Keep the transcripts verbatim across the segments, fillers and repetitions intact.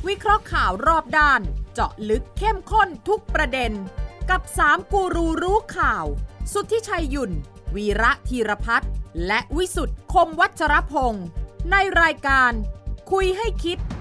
วิเคราะห์ข่าวรอบด้านเจาะลึกเข้มข้นทุกประเด็นกับสามกูรูรู้ข่าวสุทธิชัยหยุ่นวีระธีรพัฒน์และวิสุทธ์คมวัชรพงศ์ในรายการคุยให้คิด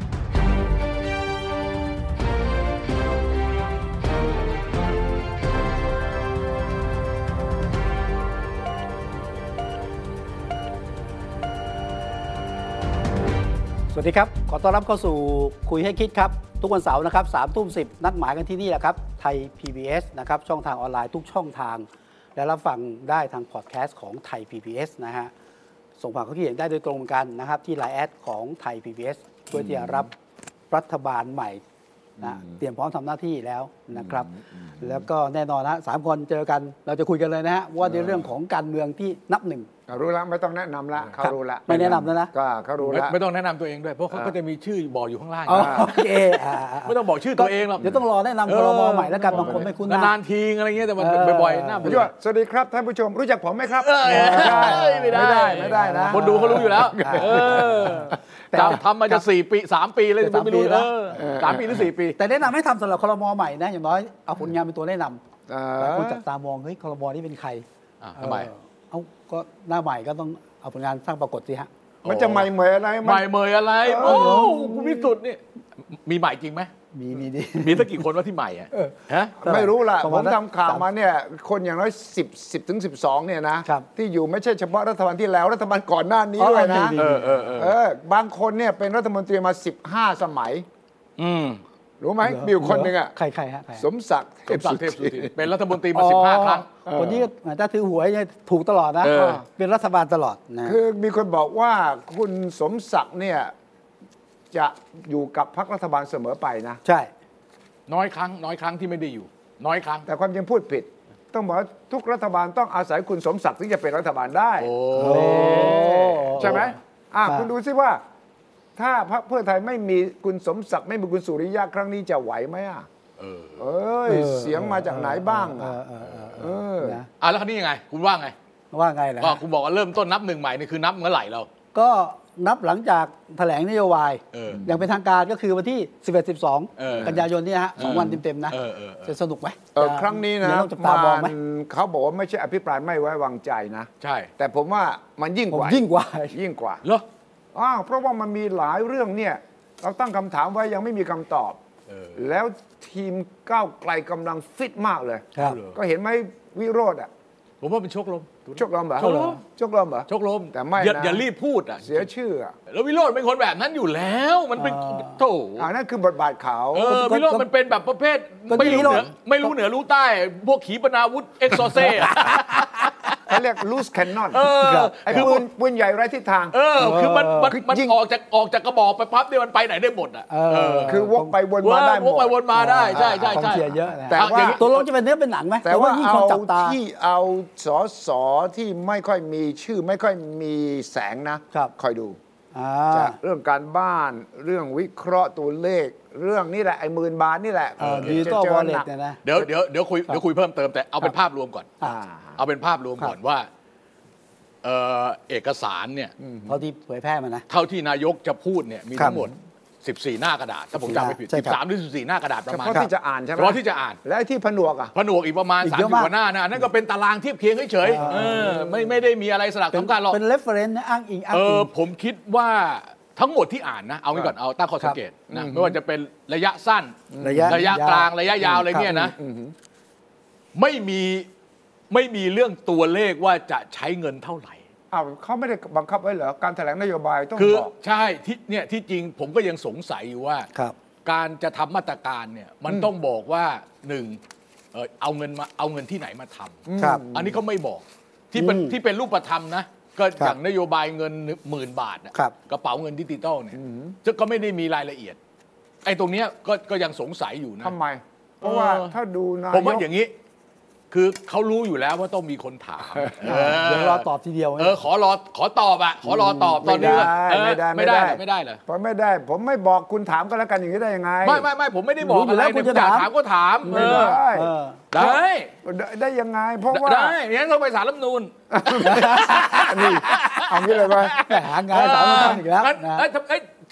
สวัสดีครับขอต้อนรับเข้าสู่คุยให้คิดครับทุกวันเสาร์นะครับสามทุ่มสิบนัดหมายกันที่นี่แหละครับไทย พี บี เอส นะครับช่องทางออนไลน์ทุกช่องทางและรับฟังได้ทางพอดแคสต์ของไทย พี บี เอส นะฮะส่งผ่านข้อคิดเห็นได้โดยตรงกันนะครับที่ ไลน์ แอดของไทย พี บี เอส เพื่อที่จะรับรัฐบาลใหม่นะเตรียมพร้อมทำหน้าที่แล้วนะครับแล้วก็แน่นอนนะสามคนเจอกันเราจะคุยกันเลยนะฮะว่าในเรื่องของการเมืองที่นับหนึ่งรู้แล้วไม่ต้องแนะนำละเขารู้ละไม่แนะนำแล้วนะก็เขารู้แล้วไม่ต้องแนะนำตัวเองด้วยเพราะเขาก็จะมีชื่อบอกอยู่ข้างล่างโอเคไม่ต้องบอกชื่อตัวเองหรอกเดี๋ยวต้องรอแนะนำครม.ใหม่แล้วกันบางคนไม่คุ้นหน้านานทีอะไรเงี้ยแต่มันบ่อยๆหน้าเบื่อสวัสดีครับท่านผู้ชมรู้จักผมไหมครับไม่ได้ไม่ได้นะคนดูเขารู้อยู่แล้วทำมาจะสี่ปีสามปีเลยไม่รู้เออสามปีหรือสี่ปีแต่แนะนำให้ทำสำหรับครม.ใหม่นะอย่างน้อยเอาผลงานเป็นตัวแนะนำแต่คุณจับตามองเฮ้ยครม.นี่เป็นใครทำไมเอาก็หน้าใหม่ก็ต้องเอาผลงานสร้างปรากฏสิฮะมันจะใหม่เหมยอะไรใหม่เหมยอะไรโอ้คุณพิสุทธิ์นี่มีใหม่จริงไหมมีมีดิมีสักกี่คนว่าที่ใหม่อ่ะฮะไม่รู้ล่ะผมทำข่าวมาเนี่ยคนอย่างน้อยสิบ สิบถึงสิบสองเนี่ยนะที่อยู่ไม่ใช่เฉพาะรัฐบาลที่แล้วรัฐบาลก่อนหน้านี้ด้วยนะเออเออเออบางคนเนี่ยเป็นรัฐมนตรีมาสิบห้าสมัยอืมรู้ไหมมีอยู่คนหนึ่งอ่ะใครใครฮะสมศักดิ์เทพสุทินเป็นรัฐมนตรีมาสิบห้าครั้งคนนี้ถ้าถือหวยถูกตลอดนะเป็นรัฐบาลตลอดนะคือมีคนบอกว่าคุณสมศักดิ์เนี่ยจะอยู่กับพรรครัฐบาลเสมอไปนะใช่น้อยครั้งน้อยครั้งที่ไม่ได้อยู่น้อยครั้งแต่ความจริงพูดผิดต้องบอกว่าทุกรัฐบาลต้องอาศัยคุณสมศักดิ์ถึงจะเป็นรัฐบาลได้ใช่ไหมอ่ะคุณดูซิว่าถ้าพรรคเพื่อไทยไม่มีคุณสมศักดิ์ไม่มีคุณสุริยะครั้งนี้จะไหวไหมอ่ะเออเอ้ยเสียงมาจากไหนบ้างอ่ะเอออ่ะแล้วคราวนี้ยังไงคุณว่าไงว่าไงล่ะก็คุณบอกว่าเริ่มต้นนับหนึ่งใหม่นี่คือนับเมื่อไหร่เราก็นับหลังจากแถลงนโยบายอย่างเป็นทางการก็คือวันที่สิบเอ็ด สิบสองกันยายนนี้ฮะสองวันเต็มๆนะจะสนุกไหมครั้งนี้นะมันเขาบอกว่าไม่ใช่อภิปรายไม่ไว้วางใจนะใช่แต่ผมว่ามันยิ่งกว่ายิ่งกว่ายิ่งกว่าเหรออ้าวเพราะว่ามันมีหลายเรื่องเนี่ยเราตั้งคำถามไว้ยังไม่มีคำตอบแล้วทีมก้าวไกลกำลังฟิตมากเลยก็เห็นไหมวิโรจน์อ่ะผมว่าเป็นโชคลมโชคลมเหรอโชคลมเหรอโชคลมแต่ไม่นะอย่ารีบพูดอ่ะเสียชื่ออ่ะแล้ววิโรจน์เป็นคนแบบนั้นอยู่แล้วมันเป็นโถอ่านั่นคือบทบาทเขาเออวิโรจน์มันเป็นแบบประเภทไม่รู้เหนือไม่รู้เหนือรู้ใต้พวกขีปนาวุธเอ็กโซเซ่เขาเรียก loose cannon ไอ้ปืนปืนใหญ่ไร้ทิศทางเออคือมันมันออกจากออกจากกระบอกไปพับเนี่ยมันไปไหนได้หมดอ่ะคือวกไปวนมาได้หมดวกไปวนมาได้ใช่ใช่ใช่เยอะแต่ว่าตัวลงจะเป็นเนื้อเป็นหนังไหมแต่ว่าเอาที่เอาสสที่ไม่ค่อยมีชื่อไม่ค่อยมีแสงนะคอยดูจากเรื่องการบ้านเรื่องวิเคราะห์ตัวเลขเรื่องนี่แหละไอ้หมื่นบาทนี่แหละดิจิตอลวอลเล็ตเนี่ยนะเดี๋ยวเดี๋ยวเดี๋ยวคุยเดี๋ยวคุยเพิ่มเติมแต่เอาเป็นภาพรวมก่อนเอาเป็นภาพรวมก่อนว่าเอกสารเนี่ยเท่าที่เผยแพร่มานะเท่าที่นายกจะพูดเนี่ยมีทั้งหมดสิบสี่หน้ากระดาษถ้าผมจำไม่ผิดสิบสามหรือสิบสี่หน้ากระดาษประมาณเฉพาะที่จะอ่านใช่ไหมเฉพาะที่จะอ่านและที่ผนวกอ่ะผนวกอีกประมาณสามสิบกว่าหน้านะนั่นก็เป็นตารางเทียบเคียงเฉยๆไม่ไม่ได้มีอะไรสลักสำคัญหรอกเป็น reference นะอ้างอิงอ้างอิงเออผมคิดว่าทั้งหมดที่อ่านนะเอางี้ก่อนเอาตั้งข้อสังเกตนะไม่ว่าจะเป็นระยะสั้นระยะระยะกลางระยะยาวอะไรเนี่ยนะไม่มีไม่มีเรื่องตัวเลขว่าจะใช้เงินเท่าไหร่อ้าวเขาไม่ได้บังคับไว้เหรอการแถลงนโยบายต้องบอกใช่ที่เนี่ยที่จริงผมก็ยังสงสัยอยู่ว่าการจะทำมาตรการเนี่ยมันต้องบอกว่าหนึ่งเออเอาเงินมาเอาเงินที่ไหนมาทำอันนี้เขาไม่บอกที่เป็นที่เป็นรูปธรรมนะก็อย่างนโยบายเงินหมื่นบาทกระเป๋าเงินดิจิตอลเนี่ยก็ไม่ได้มีรายละเอียดไอ้ตรงเนี้ยก็ก็ยังสงสัยอยู่นะทำไมเพราะว่าถ้าดูนะผมว่าอย่างนี้คือเขารู้อยู่แล้วว่าต้องมีคนถามเดี๋ยวรอตอบทีเดียวเออขอรอขอตอบอ่ะขอรอตอบตอนนี้ไม่ได้ไม่ได้ไม่ได้เหรอเพราะไม่ได้ผมไม่บอกคุณถามก็แล้วกันอย่างนี้ได้ยังไงไม่ไม่ไม่ผมไม่ได้บอกอะไรคุณจะถามก็ถามไม่ได้ได้ได้ยังไงเพราะว่าได้งั้นต้องไปศาลรัฐธรรมนูญนี่เอางี้เลยไหมหางานศาลรัฐธรรมนูญอีกแล้วนะไอ้ที่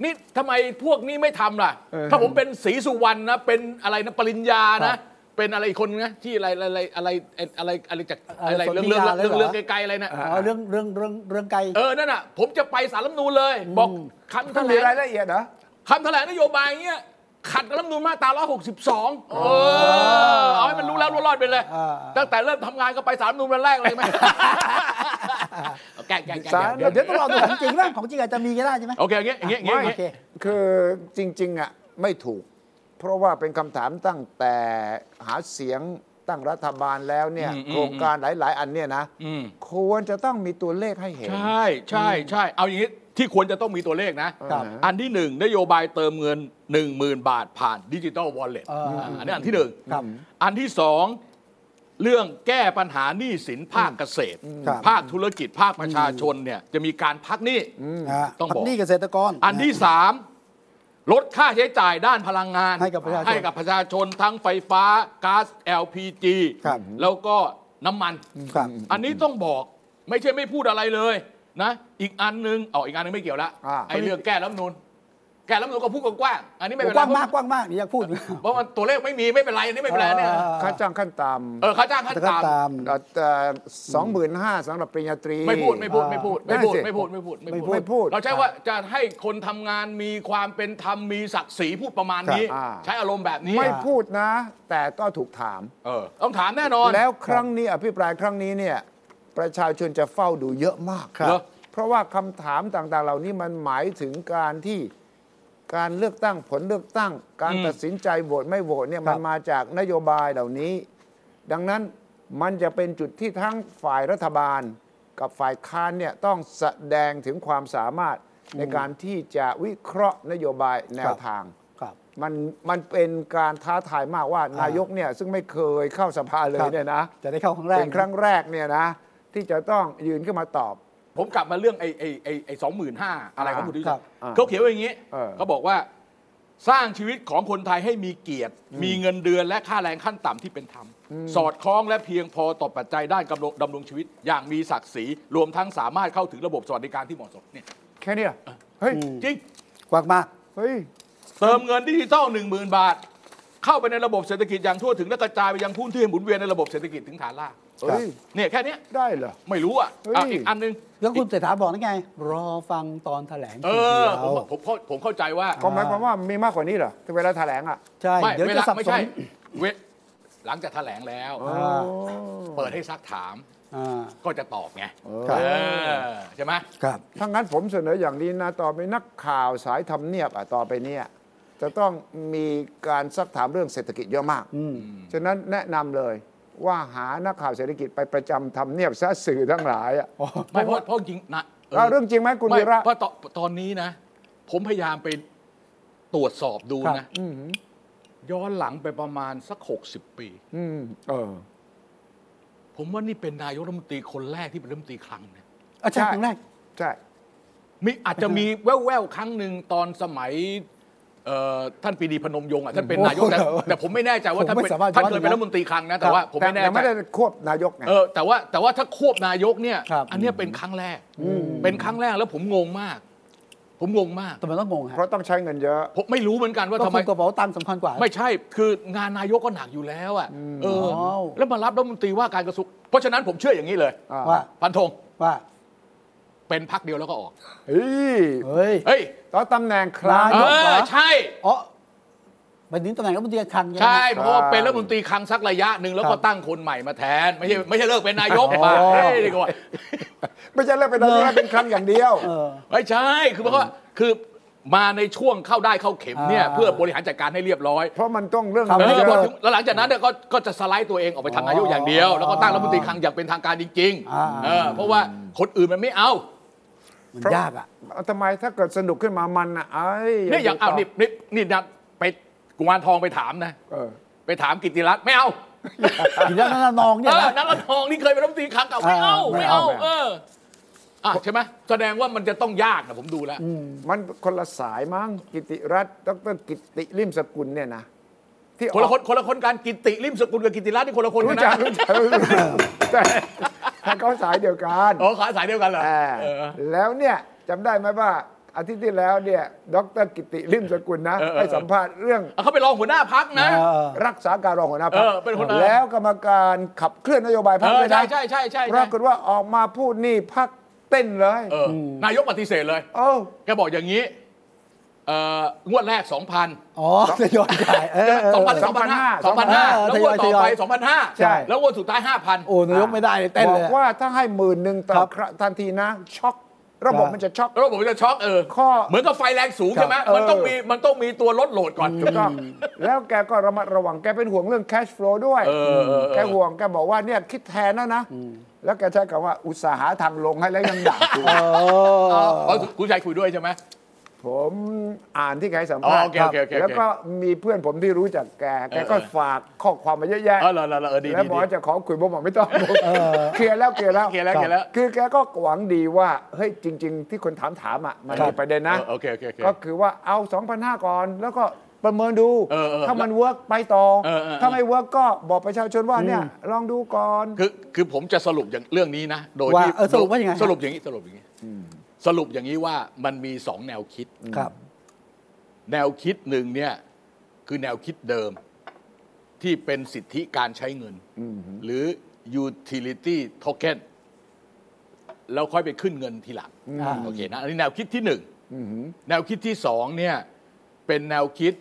นี่ทำไมพวกนี้ไม่ทำล่ะถ้าผมเป็นศรีสุวรรณนะเป็นอะไรนะปริญญานะเป็นอะไรอีกคนนะที่อะไรอะไรอะไรอะไรอะไรจากอะไรเรื่องเรื่องเรื่องเรื่องไกลๆอะไรนะอ๋อเรื่องเรื่องเรื่องเรื่องไกลเออนั่นน่ะผมจะไปศาลรัฐธรรมนูญเลยบอกคำแถลงรายละเอียดเหรอคำแถลงนโยบายเงี้ยขัดกับรัฐธรรมนูญมาตราหนึ่งร้อยหกสิบสองเออเอาให้มันรู้แล้วรู้รอดไปเลยตั้งแต่เริ่มทำงานก็ไปศาลรัฐธรรมนูญวันแรกเลยไหมแกงแกงแกงเดี๋ยวต้องรอดูของจริงบ้างของจริงอาจจะมีก็ได้ใช่ไหมโอเคอย่างเงี้ยอย่างเงี้ยอย่างเงี้ยคือจริงๆอ่ะไม่ถูกเพราะว่าเป็นคำถามตั้งแต่หาเสียงตั้งรัฐบาลแล้วเนี่ยโครงการหลายๆอันเนี่ยนะควรจะต้องมีตัวเลขให้เห็นใช่ใช่ใช่เอาอย่างนี้ที่ควรจะต้องมีตัวเลขนะอันที่หนึ่งนโยบายเติมเงิน หนึ่งหมื่น บาทผ่านดิจิทัลวอลเล็ตอันนี้อันที่หนึ่งอันที่สองเรื่องแก้ปัญหาหนี้สินภาคเกษตรภาคธุรกิจภาคประชาชนเนี่ยจะมีการพักหนี้ต้องบอกหนี้เกษตรกรอันที่สามลดค่าใช้จ่ายด้านพลังงานให้กับประชาชนให้กับประชาชนทั้งไฟฟ้าก๊าซ แอล พี จี แล้วก็น้ำมันอันนี้ต้องบอกไม่ใช่ไม่พูดอะไรเลยนะอีกอันนึงอ๋ออีกอันนึงไม่เกี่ยวละไอ้เรื่องแก้รัฐธรรมนูญแก้รัฐธรรมนูญก็พูดกว้างๆอันนี้ไม่เป็นไรกว้างมากกว้างมากอยากพูดเพราะมันตัวเลขไม่มีไม่เป็นไรอันนี้ไม่เป็นไรเนี่ยค่าจ้างขั้นต่ำเออค่าจ้างขั้นต่ำสองหมื่นห้าสำหรับปริญญาตรีไม่พูดไม่พูดไม่พูดไม่พูดไม่พูดไม่พูดไม่พูดไม่พูดเราใช้ว่าจะให้คนทำงานมีความเป็นธรรมมีศักดิ์ศรีพูดประมาณนี้ใช้อารมณ์แบบนี้ไม่พูดนะแต่ก็ถูกถามเออต้องถามแน่นอนแล้วครั้งนี้อภิปรายครั้งนี้เนี่ยประชาชนจะเฝ้าดูเยอะมากเพราะว่าคำถามต่างๆเหล่านี้มันหมายถึงการที่การเลือกตั้งผลเลือกตั้งการตัดสินใจโหวตไม่โหวตเนี่ยมันมาจากนโยบายเหล่านี้ดังนั้นมันจะเป็นจุดที่ทั้งฝ่ายรัฐบาลกับฝ่ายค้านเนี่ยต้องแสดงถึงความสามารถในการที่จะวิเคราะห์นโยบายแนวทางมันมันเป็นการท้าทายมากว่านายกเนี่ยซึ่งไม่เคยเข้าสภาเลยเนี่ยนะจะได้เข้าครั้งแรกเป็นครั้งแรกเนี่ยนะที่จะต้องยืนขึ้นมาตอบผมกลับมาเรื่องไอ้ไอ้ไอ้ไอ้สองหมื่นห้าอะไรของคุณดิฉันเขาเขียนไว้อย่างนี้เขาบอกว่าสร้างชีวิตของคนไทยให้มีเกียรติมีเงินเดือนและค่าแรงขั้นต่ำที่เป็นธรรมสอดคล้องและเพียงพอต่อปัจจัยด้านดำรงชีวิตอย่างมีศักดิ์ศรีรวมทั้งสามารถเข้าถึงระบบสวัสดิการที่เหมาะสมเนี่ยแค่นี้เฮ้ยจริงกว้างมากเฮ้ยเติมเงินดิจิทัลหนึ่งหมื่นบาทเข้าไปในระบบเศรษฐกิจอย่างทั่วถึงและกระจายไปยังผู้ที่หมุนเวียนในระบบเศรษฐกิจถึงฐานรากเนี่ยแค่นี้ได้เหรอไม่รู้อ่ะอีกอันนึงแล้วคุณเศรษฐาบอกยังไงรอฟังตอนแถลงเออผมผมผมเข้าใจว่าก็หมายความว่ามีมากกว่านี้เหรอเวลาแถลงอ่ะใช่เดี๋ยวจะสับสนหลังจากแถลงแล้วเปิดให้ซักถามก็จะตอบไงใช่ไหมครับถ้างั้นผมเสนออย่างนี้นะต่อไปนักข่าวสายทำเนียบอ่ะต่อไปเนี่ยจะต้องมีการซักถามเรื่องเศรษฐกิจเยอะมากฉะนั้นแนะนำเลยว่าหานักข่าวเศรษฐกิจไปประจำทำเนียบซะสื่อทั้งหลายอ่ะไม่เพราะเพราะจริงนะเรื่องจริงไหมคุณวีระเพราะตอนนี้นะผมพยายามไปตรวจสอบดูนะย้อนหลังไปประมาณสักหกสิบปีเออผมว่านี่เป็นนายกรัฐมนตรีคนแรกที่เป็นรัฐมนตรีคลังเนี่ยใช่ครั้งแรกใช่มีอาจจะมีแว่วๆครั้งหนึ่งตอนสมัยท่านปรีดีพนมยงค์อ่ะท่านเป็นนายกแต่ผมไม่แน่ใจว่าท่านเป็นท่านเคยเป็นรัฐมนตรีคลังนะแต่ว่าผมไม่แน่ใจไม่ได้ควบนายกไงเออแต่ว่าแต่ว่าถ้าควบนายกเนี่ยอันนี้เป็นครั้งแรกเป็นครั้งแรกแล้วผมงงมากผมงงมากทำไมต้องงงเพราะต้องใช้เงินเยอะผมไม่รู้เหมือนกันว่าทำไมกระเป๋าตังค์สำคัญกว่าไม่ใช่คืองานนายกก็หนักอยู่แล้วอ่ะเออแล้วมารับรัฐมนตรีว่าการกระทรวงเพราะฉะนั้นผมเชื่ออย่างนี้เลยว่าพันธงว่าเป็นพรรคเดียวแล้วก็ออกเฮ้ยเฮ้ยเฮ้ยตอนตำแหน่งคลังเออใช่อ๋อไปถึงตำแหน่งรัฐมนตรีคลังใช่เพราะว่าเป็นรัฐมนตรีคลังสักระยะหนึ่งแล้วก็ตั้งคนใหม่มาแทนไม่ใช่ไม่ใช่เลิกเป็นนายกมาเฮ้ยดีกว่าไม่ใช่เลิกเป็นนายกเป็นคลังอย่างเดียวไม่ใช่คือเพราะว่าคือมาในช่วงเข้าได้เข้าเข็มเนี่ยเพื่อบริหารจัดการให้เรียบร้อยเพราะมันต้องเรื่องแล้วหลังจากนั้นเนี่ยก็ก็จะสไลด์ตัวเองออกไปทำนายกอย่างเดียวแล้วก็ตั้งรัฐมนตรีคลังอย่างเป็นทางการจริงๆเออเพราะว่าคนอื่นมันไม่เอามันยากอ่ะทำไมถ้าเกิดสนุกขึ้นมามันอ่ะไอ้เนี่ยอย่างเอานี่นี่นี่นะไปกุมารทองไปถามนะไปถามกิตติรัตน์ไม่เอากิตติรัตน์นันนองเนี่ยนะนันนองนี่เคยเป็นรัฐมนตรีคลังเก่าไม่เอาไม่เอาเอออ่ะใช่ไหมแสดงว่ามันจะต้องยากนะผมดูแล้วมันคนละสายมั้งกิตติรัตน์ดร.กิตติริมสกุลเนี่ยนะที่คนละคนคนละคนการกิตติริมสกุลกับกิตติรัตน์นี่คนละคนกันนะแต่เขาสายเดียวกันอ๋อขาสายเดียวกันเหรอแล้วเนี่ยจำได้ไหมว่าอาทิตย์ที่แล้วเนี่ยดร.กิติริมสกุลนะให้สัมภาษณ์เรื่องเขาไปรองหัวหน้าพรรคนะรักษาการรองหัวหน้าพรรคเป็นคนแล้วกรรมการขับเคลื่อนนโยบายพรรคเลยนะใช่ใช่ใช่ใช่ปรากฏว่าออกมาพูดนี่พรรคเต้นเลยนายกปฏิเสธเลยแกบอกอย่างนี้งวดแรก สองพันอ๋อทยอยจ่ายสองพัน สองพันห้า สองพันห้าแล้วงวดต่อไป สองพันห้าใช่แล้วงวดสุดท้าย ห้าพันโอ้นายกไม่ได้เต้นเลยบอกว่าถ้าให้หมื่นหนึ่งต่อทันทีนะช็อกระบบมันจะช็อกระบบมันจะช็อกเออเหมือนกับไฟแรงสูงใช่ไหมมันต้องมีมันต้องมีตัวลดโหลดก่อนถูกต้องแล้วแกก็ระมัดระวังแกเป็นห่วงเรื่อง cash flow ด้วยแกห่วงแกบอกว่าเนี่ยคิดแทนนะนะแล้วแกใช้คำว่าอุตสาหะทางลงให้แล้วยังด่ากูอ๋อคุณชายคุยด้วยใช่ไหมผมอ่านที่ใครสัมภาษณ์แล้วก็มีเพื่อนผมที่รู้จักแกแกก็ฝากข้อความมาเยอะแยะแล้วบอกจะขอคุยผมบอกไม่ต้องเคลียร์แล้วเคลียร์แล้วเคลียร์แล้วเคลียร์แล้วคือแกก็หวังดีว่าเฮ้ยจริงๆที่คนถามถามอ่ะมันมีประเด็นนะก็คือว่าเอา สองพันห้า ก่อนแล้วก็ประเมินดูถ้ามันเวิร์กไปต่อถ้าไม่เวิร์กก็บอกประชาชนว่าเนี่ยลองดูก่อนคือคือผมจะสรุปอย่างเรื่องนี้นะโดยที่สรุปว่ายังไงสรุปอย่างนี้สรุปอย่างนี้สรุปอย่างนี้ว่ามันมีสองแนวคิดครับแนวคิดหนึ่งเนี่ยคือแนวคิดเดิมที่เป็นสิทธิการใช้เงินหรือ utility token แล้วค่อยไปขึ้นเงินทีหลังโอเคนะอันนี้แนวคิดที่หนึ่งแนวคิดที่สองเนี่ยเป็นแนวคิด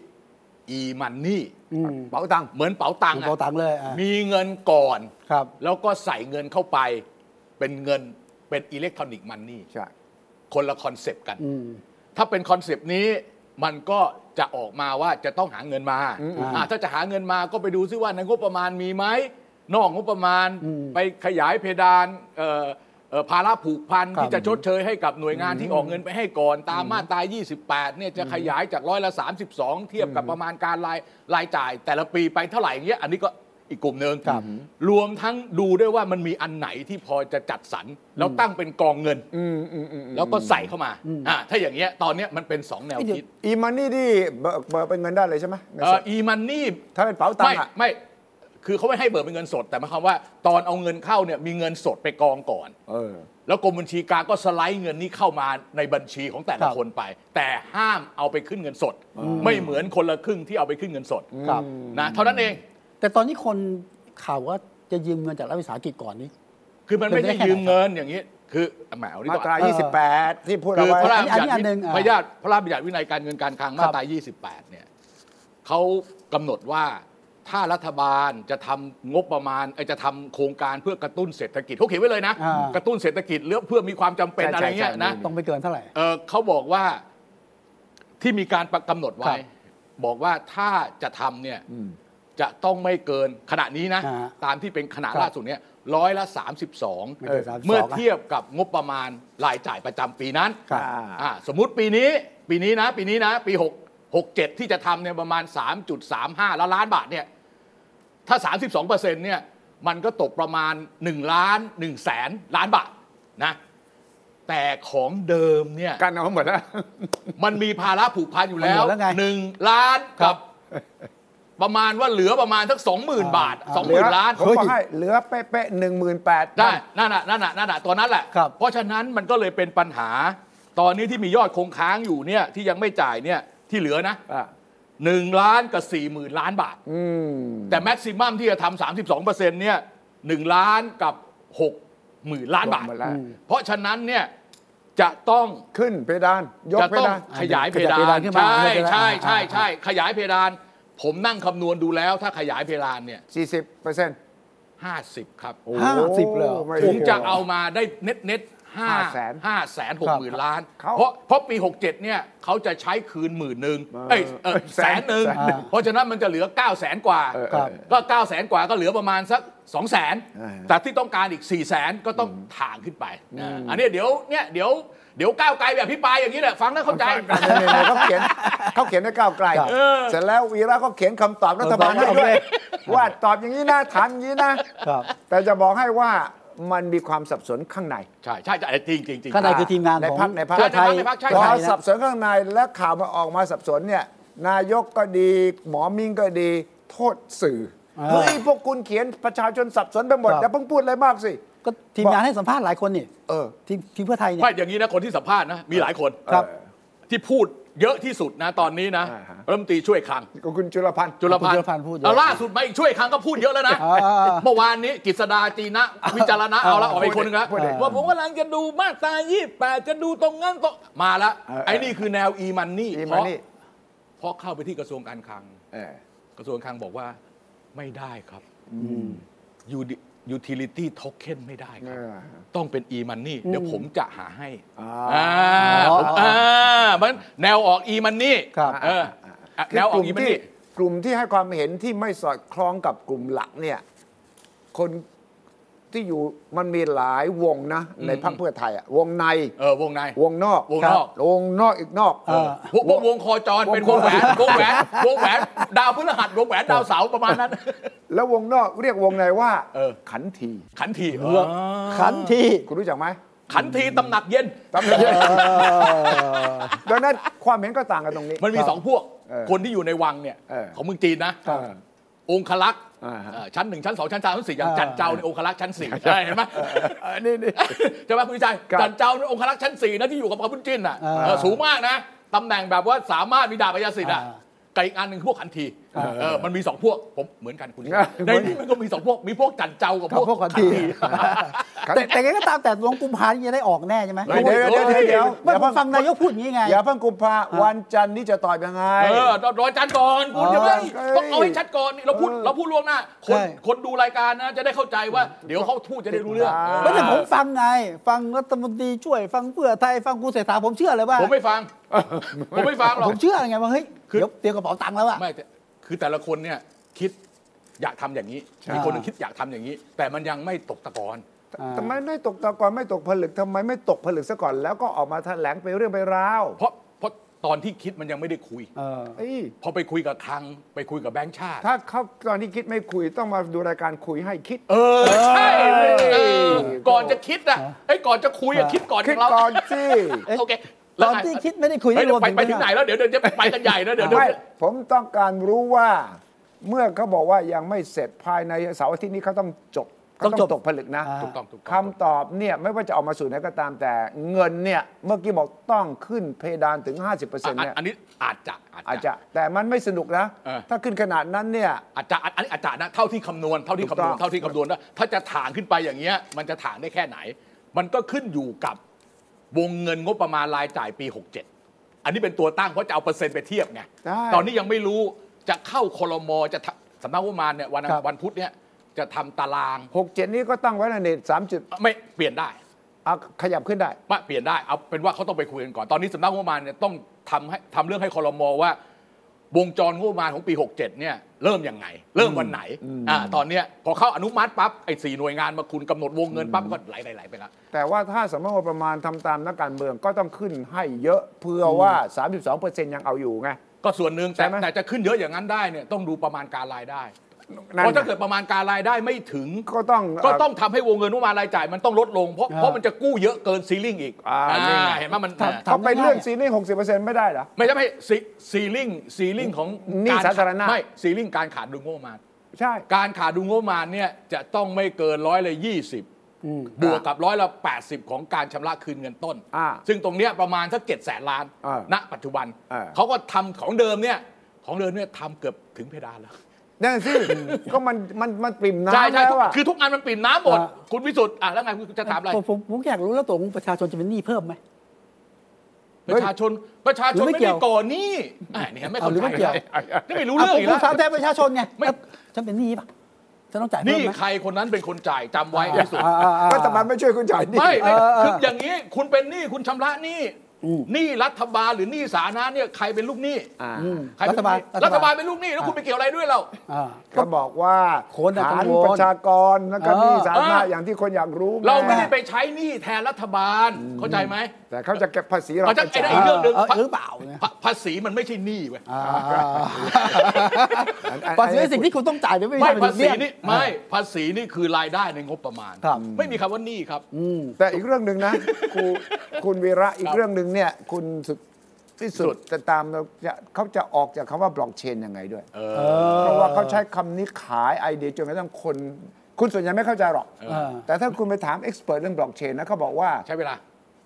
e-money เป๋าตังค์เหมือนเป๋าตังค์เป๋าตังค์เลยมีเงินก่อนครับแล้วก็ใส่เงินเข้าไปเป็นเงินเป็นอิเล็กทรอนิกส์มันนี่ใช่คนละคอนเซปต์กันถ้าเป็นคอนเซปต์นี้มันก็จะออกมาว่าจะต้องหาเงินมาถ้าจะหาเงินมาก็ไปดูซิว่าในงบประมาณมีไหมนอกงบประมาณไปขยายเพดานภาระผูกพันที่จะชดเชยให้กับหน่วยงานที่ออกเงินไปให้ก่อนตามมาตรายี่สิบแปดเนี่ยจะขยายจากร้อยละสามสิบสองเทียบกับประมาณการรายรายจ่ายแต่ละปีไปเท่าไหร่อย่างเงี้ยอันนี้ก็อีกกลุ่มหนึ่งรวมทั้งดูด้วยว่ามันมีอันไหนที่พอจะจัดสรรแล้วตั้งเป็นกองเงินแล้วก็ใส่เข้ามาถ้าอย่างเงี้ยตอนนี้มันเป็นสองแนวคิดอีมันนี่ที่เบิกเป็นเงินได้เลยใช่ไหมอีมันนี่ถ้าเป็นเป๋าตังค์ไม่ไม่คือเขาไม่ให้เบิกเป็นเงินสดแต่หมายความว่าตอนเอาเงินเข้าเนี่ยมีเงินสดไปกองก่อนแล้วกรมบัญชีกลางก็สไลด์เงินนี้เข้ามาในบัญชีของแต่ละคนไปแต่ห้ามเอาไปขึ้นเงินสดไม่เหมือนคนละครึ่งที่เอาไปขึ้นเงินสดนะเท่านั้นเองแต่ตอนนี้คนข่าวว่าจะยืมเงินจากรัฐวิสาหกิจก่อนนี้คือมันไม่ใช่ยืมเงินอย่างนี้คือแหมมาตรายี่สิบแปดที่พูดเอาไว้พระราชบัญญัติพระราชพระราชบัญญัติวินัยการเงินการคลังมาตรายี่สิบแปดเนี่ยเขากำหนดว่าถ้ารัฐบาลจะทำงบประมาณจะทำโครงการเพื่อกระตุ้นเศรษฐกิจเขาเขียนไว้เลยนะกระตุ้นเศรษฐกิจหรือเพื่อมีความจำเป็นอะไรเงี้ยนะต้องไม่เกินเท่าไหร่เขาบอกว่าที่มีการกำหนดไว้บอกว่าถ้าจะทำเนี่ยจะต้องไม่เกินขณะนี้นะตามที่เป็นขณะล่าสุดเนี่ยร้อยละสามสิบสองเมื่อเทียบกับงบประมาณรายจ่ายประจำปีนั้นสมมุติปีนี้ปีนี้นะปีนี้นะปีหก หก เจ็ดที่จะทำเนี่ยประมาณ สามจุดสามห้า ล้านล้านบาทเนี่ยถ้า สามสิบสองเปอร์เซ็นต์ เนี่ยมันก็ตกประมาณหนึ่งล้านหนึ่งแสนล้านบาทนะแต่ของเดิมเนี่ยกันเอาหมดแล้วมันมีภาระผูกพันอยู่แล้วหนึ่งล้านกับประมาณว่าเหลือประมาณสัก สองหมื่น บาท สองหมื่น ล้านผมบอกให้เหลือเป๊ะๆ หนึ่งหมื่นแปดพันได้นั่นน่ะนั่นน่ะนั่นน่ะตัวนั้นแหละเพราะฉะนั้นมันก็เลยเป็นปัญหาตอนนี้ที่มียอดคงค้างอยู่เนี่ยที่ยังไม่จ่ายเนี่ยที่เหลือนะหนึ่งล้านกับสี่หมื่นล้านบาทแต่แม็กซิมัมที่จะทำสามสิบสองเปอร์เซ็นต์เนี่ยหนึ่งล้านกับหกหมื่นล้านบาทเพราะฉะนั้นเนี่ยจะต้องขึ้นเพดานยกเพดานขยายเพดานใช่ใช่ใช่ใช่ขยายเพดานผมนั่งคำนวณดูแล้วถ้าขยายเพดานเนี่ยสี่สิบเปอร์เซ็นต์ห้าสิบครับห้าสิบเลยผมจะเอามาได้เน็ตเน็ตห้าแสนห้าแสนหกหมื่นล้านเพราะเพราะปีหกเจ็ดเนี่ยเขาจะใช้คืนหมื่นหนึ่งเอ้ยแสนหนึ่งเพราะฉะนั้นมันจะเหลือเก้าแสนกว่าก็เก้าแสนกว่าก็เหลือประมาณสักสองแสนแต่ที่ต้องการอีกสี่แสนก็ต้องถ่างขึ้นไปอันนี้เดี๋ยวเนี่ยเดี๋ยวเดี๋ยวก้าวไกลแบบพี่ปายอย่างนี้แหละฟังแล้วเข้าใจเขาเขียนเขาเขียนให้ก้าวไกลเสร็จแล้ววีระก็เขียนคำตอบรัฐบาลให้ด้วยว่าตอบอย่างนี้นะถามอย่างนี้นะแต่จะบอกให้ว่ามันมีความสับสนข้างในใช่ใช่จริงจริงจริงข้างในคือทีมงานในพรรคในพรรคไทยพอสับสนข้างในและข่าวมาออกมาสับสนเนี่ยนายกก็ดีหมอมิ่งก็ดีโทษสื่อเฮ้ยพวกคุณเขียนประชาชนสับสนไปหมดอย่าเพิ่งพูดอะไรมากสิก็ทีมงานให้สัมภาษณ์หลายคนนี่เออทีมทีมเพื่อไทยเนี่ยไม่อย่างนี้นะคนที่สัมภาษณ์นะมีหลายคนครับที่พูดเยอะที่สุดนะตอนนี้นะรัฐมนตรีช่วยคลังก็คุณจุลพันธ์จุลพันธ์เอาล่าสุดมาอีกช่วยคลังก็พูดเยอะแล้วนะเมื่อวานนี้กฤษดาจีนะวิจารณะเอาละออกไปคนนึงแล้วว่าผมกำลังจะดูมาตรายี่สิบแปดจะดูตรงนั้นตรงมาแล้วไอ้นี่คือแนว e-money เพราะเพราะเข้าไปที่กระทรวงการคลังกระทรวงการคลังบอกว่าไม่ได้ครับutility token ไม่ได้ครับต้องเป็น e-money เดี๋ยวผมจะหาให้อ่าผมอ่ามันแนวออก e-money ครับเออแนวออก e-money กลุ่มที่ให้ความเห็นที่ไม่สอดคล้องกับกลุ่มหลักเนี่ยคนที่อยู่มันมีหลายวงนะในพรรคเพื่อไทยอ่ะวงในเออวงในวงนอกวงนอกวงนอกอีกนอกพวกวงคอจรเป็นวงแหวนวงแหวนวงแหวนดาวพฤหัสวงแหวนดาวเสาร์ประมาณนั้นแล้ววงนอกเรียกวงในว่าขันทีขันทีขันทีคุณรู้จักไหมขันทีตำหนักเย็นตำหนักเย็นดังนั้นความเห็นก็ต่างกันตรงนี้มันมีสองพวกคนที่อยู่ในวังเนี่ยของเมืองจีนนะองคลักษ์ชั้นหนึ่งชั้นสองชั้นสามชั้นสี่อย่างจันเจ้าในองคลักษ์ชั้นสี่ใช่เห็นไหมนี่นี่ใช่ไหมคุณวิชัยจันเจ้าในองคลักษ์ชั้นสี่นะที่อยู่กับพระพุทธจิ้นอ่ะสูงมากนะตำแหน่งแบบว่าสามารถมีดาบพยาศิษย์อ่ะกับอีกอันหนึ่งพวกขันทีเออมันมีสองพวกผมเหมือนกันคุณในนี้มันก็มีสองพวกมีพวกจันเจ้ากับพวกขันทีแต่แต่ก็ตามแต่หลวงกุมภาพันธ์จะได้ออกแน่ใช่ไหมเดี๋ยวเดี๋ยวเดี๋ยวอย่าเพิ่งฟังนายกพูดอย่างนี้ไงอย่าเพิ่งกุมภาวันจันทร์นี้จะตอบยังไงเออรอจันทร์ก่อนคุณจะไม่ต้องเอาให้ชัดก่อนเราพูดเราพูดล่วงหน้าคนคนดูรายการนะจะได้เข้าใจว่าเดี๋ยวเขาพูดจะได้รู้เรื่องไม่แต่ผมฟังไงฟังรัฐมนตรีช่วยฟังเพื่อไทยฟังคุณเศรษฐาผมเชื่อเลยว่าผมไม่ฟังผมไม่ฟังหรอกผมเชื่อไงว่าเฮ้ยเดี๋ยวเตรียมกระเป๋าตังค์แล้วอะไม่คือแต่ละคนเนี่ยคิดอยากทำอย่างนี้มีคนนึงคิดอยากทำอย่างนี้แต่มันยังไม่ตกตะกอนทำไมไม่ตกตะกอนไม่ตกผลึกทำไมไม่ตกผลึกซะก่อนแล้วก็ออกมาแถลงไปเรื่องไปราวเพราะเพราะตอนที่คิดมันยังไม่ได้คุยพอไปคุยกับคลังไปคุยกับแบงค์ชาติถ้าเขาตอนที่คิดไม่คุยต้องมาดูรายการคุยให้คิดเออใช่ก่อนจะคิดอ่ะไอ้ก่อนจะคุยอ่ะคิดก่อนคิดก่อนสิโอเคตอนที่คิดไม่ได้คุยไปไปถึงไหนแล้วเดี๋ยวเดี๋ยวจะไปกันใหญ่นะเดี๋ยวผมต้องการรู้ว่าเมื่อเขาบอกว่ายังไม่เสร็จภายในเสาร์อาทิตย์นี้เขาต้องจบต้องตกผลึกนะคำตอบเนี่ยไม่ว่าจะออกมาสู่ไหนก็ตามแต่เงินเนี่ยเมื่อกี้บอกต้องขึ้นเพดานถึง ห้าสิบเปอร์เซ็นต์ เนี่ยอันนี้อาจจะอาจจะแต่มันไม่สนุกนะถ้าขึ้นขนาดนั้นเนี่ยอาจจะอันนี้อาจจะนะเท่าที่คำนวณเท่าที่คำนวณเท่าที่คำนวณนะถ้าจะถ่างขึ้นไปอย่างเงี้ยมันจะถ่างได้แค่ไหนมันก็ขึ้นอยู่กับวงเงินงบประมาณรายจ่ายปีหกสิบเจ็ดอันนี้เป็นตัวตั้งเพราะจะเอาเปอร์เซ็นต์ไปเทียบไงตอนนี้ยังไม่รู้จะเข้าครม.จะสำนักงบประมาณเนี่ยวันวันพุธเนี่ยจะทำตารางหกเจ็ดนี้ก็ตั้งไว้ในสามจุดไม่เปลี่ยนได้เอาขยับขึ้นได้ไม่เปลี่ยนได้เอาเป็นว่าเขาต้องไปคุยกันก่อนตอนนี้สำนักงบประมาณเนี่ยต้องทำให้ทำเรื่องให้ครม.ว่าวงจรงบประมาณของปีหกเจ็ดเนี่ยเริ่มยังไงเริ่มวันไหนอ่าตอนเนี้ยพอเข้าอนุมัติปั๊บไอ้สี่หน่วยงานมาคุณกำหนดวงเงินปั๊บก็ไหลๆๆไปละแต่ว่าถ้าสำนักงบประมาณทำตามนักการเมืองก็ต้องขึ้นให้เยอะเพื่อว่า สามสิบสองเปอร์เซ็นต์ ยังเอาอยู่ไงก็ส่วนหนึ่งแต่แต่จะขึ้นเยอะอย่างนั้นได้เนี่ยต้องดูประมาณการรายได้เพราะถ้าเกิดประมาณการรายได้ไม่ถึงก็ต้องก็ต้องทำให้วงเงินงบประมาณรายจ่ายมันต้องลดลงเพราะเพราะมันจะกู้เยอะเกินซีลิ่งอีกเห็นไหมมันเขาไปเรื่องซีลิ่ง หกสิบเปอร์เซ็นต์ ไม่ได้เหรอไม่ใช่ไม่ซีลิ่งซีลิ่งของนี่สาธารณะไม่ซีลิ่งการขาดดุลงบประมาณใช่การขาดดุลงบประมาณเนี่ยจะต้องไม่เกินร้อยละยี่สิบบวกกับร้อยละแปดสิบของการชำระคืนเงินต้นซึ่งตรงเนี้ยประมาณสักเจ็ดแสนล้านณปัจจุบันเขาก็ทำของเดิมเนี่ยของเดิมเนี่ยทำเกือบถึงเพดานแล้วนั่นสิก็มันมันมันปริ่มน้ำแล้วอ่ะคือทุกงานมันปริ่มน้ำหมดคุณวิสุทธ์อ่ะแล้วไงคุณจะถามอะไรผมผมอยากรู้แล้วตัวประชาชนจะเป็นหนี้เพิ่มไหมประชาชนประชาชนไม่ได้ก่อหนี้อ่านี่ไม่เข้าใจนี่ไม่รู้เรื่องอีกแล้วผมถามแทนประชาชนไงฉันเป็นหนี้ป่ะฉันต้องจ่ายเพิ่มไหมนี่ใครคนนั้นเป็นคนจ่ายจำไว้วิสุทธ์รัฐบาลไม่ช่วยคุณจ่ายหนี้ไม่คืออย่างนี้คุณเป็นหนี้คุณชำระหนี้หนี้รัฐบาลหรือหนี้สาธารณะเนี่ยใครเป็นลูกหนี้รัฐบาลรัฐบาลเป็นลูกหนี้แล้วคุณไปเกี่ยวอะไรด้วยเราก็บอกว่าฐานประชากรแล้วก็หนี้สาธารณะอย่างที่คนอยากรู้เราไม่ได้ไปใช้หนี้แทนรัฐบาลเข้าใจไหมแต่เขาจะเก็บภาษีเราจะไอ้เรื่องนึงหรือเปล่าภาษีมันไม่ใช่หนี้เว้ยภาษีสิ่งที่คุณต้องจ่ายไม่ใช่ภาษีนี่ไม่ภาษีนี่คือรายได้ในงบประมาณไม่มีคำว่าหนี้ครับแต่อีกเรื่องนึงนะคุณวีระอีกเรื่องนึงเนี่ยคุณสุดที่สุดจะตามเขาจะออกจากคำว่าบล็อกเชนยังไงด้วยเพราะว่าเขาใช้คำนี้ขายไอเดียจนกระทั่งคนคุณส่วนใหญ่ไม่เข้าใจหรอกแต่ถ้าคุณไปถามเอ็กซ์เพรสเรื่องบล็อกเชนนะเขาบอกว่าใช้เวลา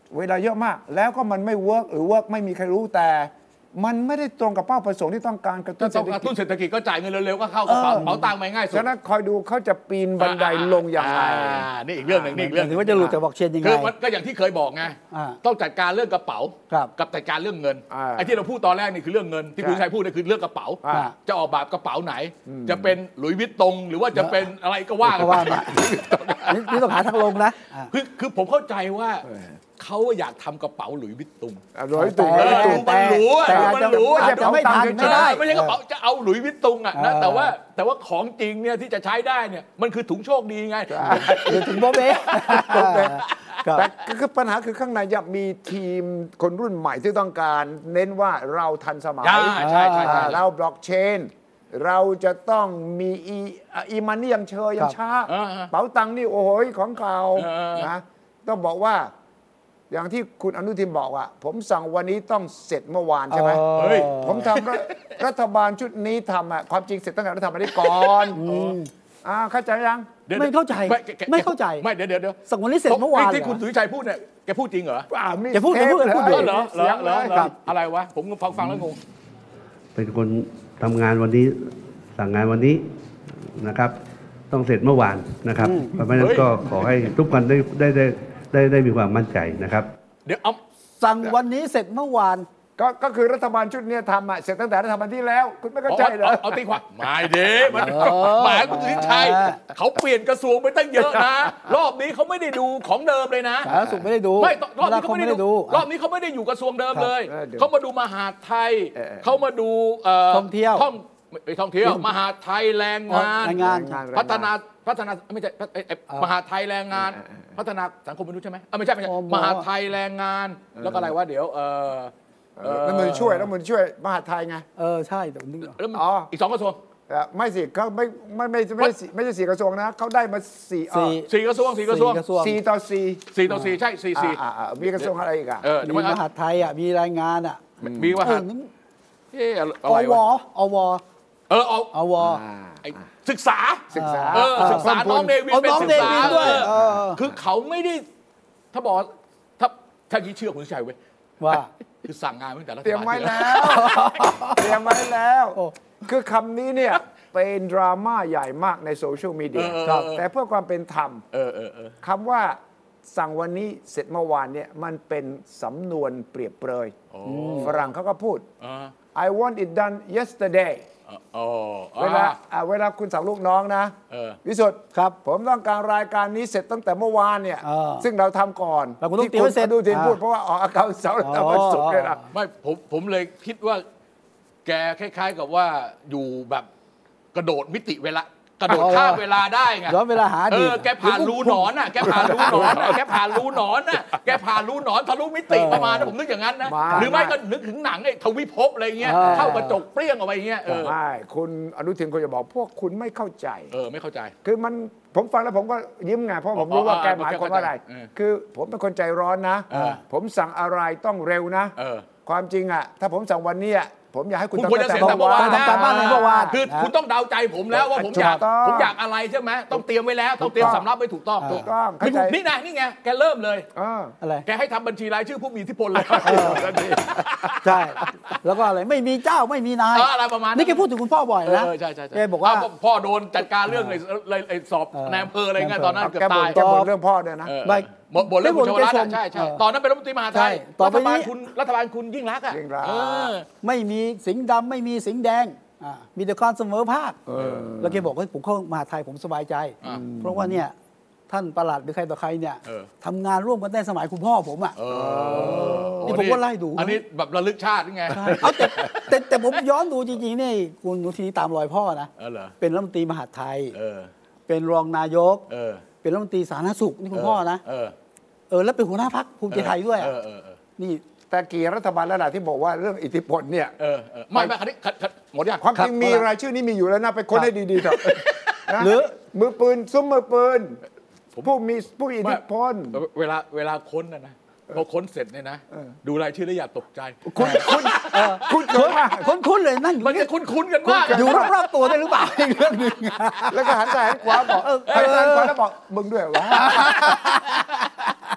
เวลาเยอะมากแล้วก็มันไม่เวิร์กหรือเวิร์กไม่มีใครรู้แต่มันไม่ได้ตรงกับเป้าประสงค์ที่ต้องการกระตุ้นเศรษฐกระกิตุ้จนเศรษฐกิจก็จ่ายเงินเร็วๆก็เข้ากระเป๋าเป๋าตังค์ไปง่ายสุดฉะนั้นคอยดูเขาจะปีนบันไดลงอย่างไรนี่อีกเรื่องหนึ่งนี่อีกเรื่องถือว่าจะหลุดจากบล็อกเชนยังไงคือมันก็อย่างที่เคยบอกไงต้องจัดการเรื่องกระเป๋ากับจัดการเรื่องเงินไอ้ที่เราพูดตอนแรกนี่คือเรื่องเงินที่คุณชัยพูดนี่คือเรื่องกระเป๋าจะออกแบบกระเป๋าไหนจะเป็นหลุยส์วิตตงหรือว่าจะเป็นอะไรก็ว่ากันไปนี่ต้องหาทางลงนะคือคือผมเข้าใจว่าเขาอยากทำกระเป๋าหลุยส์วิตตุงหลุยส์ตุงมันหรูอ่ะมันหรูจะไม่ทันไม่ได้ไม่ใช่กระเป๋าจะเอาหลุยส์วิตตุงอ่ะนะแต่ว่าแต่ว่าของจริงเนี่ยที่จะใช้ได้เนี่ยมันคือถุงโชคดีไงหรือถุงโบเบ้แต่คือปัญหาคือข้างในจะมีทีมคนรุ่นใหม่ที่ต้องการเน้นว่าเราทันสมัยเราบล็อกเชนเราจะต้องมีอีอีมันนี่ยังเชยยังช้าเป๋าตังนี่โอ้โหของเก่านะต้องบอกว่าอย่างที่คุณอนุทินบอกว่าผมสั่งวันนี้ต้องเสร็จเมื่อวานใช่ไหมผมทำรัฐบาลชุดนี้ทำอ่ะความจริงเสร็จตั้งแต่รัฐบาลนี้ก่อนอ่าเข้าใจยังไม่เข้าใจไม่เข้าใจไม่เดี๋ยวเดี๋ยวสั่งวันนี้เสร็จเมื่อวานที่คุณสุวิชัยพูดเนี่ยแกพูดจริงเหรอแกพูดแกพูดพูดอยู่เหรอเหรอเหรออะไรวะผมฟังฟังแล้วงงเป็นคนทำงานวันนี้สั่งงานวันนี้นะครับต้องเสร็จเมื่อวานนะครับเพราะฉะนั้นก็ขอให้ทุกคนได้ได้ได้ได้ได้มีความมั่นใจนะครับเดี๋ยวเอาสั่งวันนี้เสร็จเมื่อวานก็ก็คือรัฐบาลชุดนี้ทำอ่ะเสร็จตั้งแต่รัฐบาลที่แล้วคุณไม่เข้าใจเหรอเอาตีความไม่เด้มันหมายคุณสุวิชัยเขาเปลี่ยนกระทรวงไปตั้งเยอะนะรอบนี้เขาไม่ได้ดูของเดิมเลยนะสาธารณสุขไม่ได้ดูไม่รอบนี้เขาไม่ได้ดูรอบนี้เขาไม่ได้อยู่กระทรวงเดิมเลยเขามาดูมหาดไทยเขามาดูท่องเที่ยวท่องไปท่องเที่ยวมหาไทยแรงงานพัฒนาพัฒนาไม่ใช่มหาไทยแรงงานพัฒนาสังคมมนุษย์ใช่ไหมไม่ใช่ไม่ใช่มหาไทยแรงงานแล้วก็อะไรวะเดี๋ยวเออแล้วมันช่วยแล้วมันช่วยมหาไทยไงเออใช่แต่นึกอ๋ออีกสองกระทรวงไม่สิเขาไม่ไม่ไม่ไม่ไม่ใช่สี่กระทรวงนะเขาได้มาสี่สี่กระทรวงสี่กระทรวงสี่ต่อสี่สี่ต่อสี่ใช่สี่สี่มีกระทรวงอะไรอีกอ่ะมีมหาไทยอ่ะมีแรงงานอ่ะมีมหาเอออะไรวะอวเออเอาเอาวศึกษาศึกษาเออศึกษาน้องเดวิดเป็นศึกษาด้วยคือเขาไม่ได้ถ้าบอกถ้าถ้ายี่เชื่อคุณชัยเว้ยว่าคือสั่งงานตั้งแต่รัฐบาลเตรียมไว้แล้วเตรียมไว้แล้วคือคำนี้เนี่ยเป็นดราม่าใหญ่มากในโซเชียลมีเดียแต่เพื่อความเป็นธรรมคำว่าสั่งวันนี้เสร็จเมื่อวานเนี่ยมันเป็นสำนวนเปรียบเปรยฝรั่งเขาก็พูดI want it done yesterday เวลาเวลาคุณสั่งลูกน้องนะวิสุทธ์ครับผมต้องการรายการนี้เสร็จตั้งแต่เมื่อวานเนี่ยซึ่งเราทำก่อนที่คุณดูทีพูดเพราะว่าออกอากาศเสาร์และวันศุกร์เลยนะไม่ผมผมเลยคิดว่าแกคล้ายๆกับว่าอยู่แบบกระโดดมิติเวลากระโดดข้ามเวลาได้ไงย้อนเวลาหาเออแกผ่านรูหนอนน่ะแกผ่านรูหนอนน่ะแกผ่านรูหนอนน่ะแกผ่านรูหนอนทะลุมิติประมาณนั้นผมนึกอย่างนั้นนะหรือไม่ก็นึกถึงหนังไอ้ทวิภพอะไรเงี้ยเข้ากระจกเปรี้ยงออกไปเงี้ยเออไม่คุณอนุทินคนจะบอกพวกคุณไม่เข้าใจเออไม่เข้าใจคือมันผมฟังแล้วผมก็ยิ้มไงเพราะผมรู้ว่าแกหมายความว่าอะไรคือผมเป็นคนใจร้อนนะผมสั่งอะไรต้องเร็วนะความจริงอ่ะถ้าผมสั่งวันนี้ผมอยากให้คุณทำแต่เมื่อวานทำการบ้านในเมื่อวานคือคุณต้องเดาใจผมแล้วว่าผมอยากผมอยากอะไรใช่ไหมต้องเตรียมไว้แล้วต้องเตรียมสำรับไว้ถูกต้องถูกต้องนี่ไงนี่ไงแกเริ่มเลยอะไรแกให้ทำบัญชีรายชื่อผู้มีอิทธิพลเลยใช่แล้วก็อะไรไม่มีเจ้าไม่มีนายอะไรประมาณนี่แกพูดถึงคุณพ่อบ่อยนะใช่ใช่แกบอกว่าพ่อโดนจัดการเรื่องไอ้สอบนายอำเภออะไรเงี้ยตอนนั้นเกือบตายแกบ่นเรื่องพ่อเนี่ยนะบ่นเรื่องคุณชวรัตน์ใช่ใช่ตอนนั้นเป็นรัฐมนตรีมหาดไทยรัฐบาลคุณรัฐบาลคุณยิ่งรักอ่ะไม่มีสิงห์ดำไม่มีสิงห์แดงมีแต่ความเสมอภาคแล้วแกบอกว่าผมเข้ามหาดไทยผมสบายใจเพราะว่าเนี่ยท่านปลัดหรือใครต่อใครเนี่ยทำงานร่วมกันได้สมัยคุณพ่อผมอ่ะนี่ผมก็ไล่ดูอันนี้แบบระลึกชาติไงเอาแต่แต่แต่ผมย้อนดูจริงๆนี่คุณนุทีตามรอยพ่อนะเป็นรัฐมนตรีมหาดไทยเป็นรองนายกเป็นรัฐมนตรีสาธารณสุขนี่คุณพ่อนะเออเออแล้วเป็นหัวหน้าพรรคภูมิใจไทยด้วยนี่แต่กี่รัฐบาลแล้วล่ะที่บอกว่าเรื่องอิทธิพลเนี่ยเออไม่ไม่คันนี้หมดอย่างความจริงมีรายชื่อนี้มีอยู่แล้วนะไปค้นให้ดีๆเถอะหรือมือปืนซุ้มมือปืนผู้มีผู้อิทธิพลเวลาเวลาค้นนะนะพอค้นเสร็จเนี่ยนะดูรายชื่อแล้วอย่าตกใจคุณคุณคุณเกิดมาคุ้นคุ้นเลยนั่งมันจะคุ้นคุ้นกันมากอยู่รอบๆตัวได้หรือเปล่าอีกเรื่องหนึ่งแล้วก็หันซ้ายหันขวาบอกหันซ้ายหันขวาแล้วบอกมึงด้วยวะ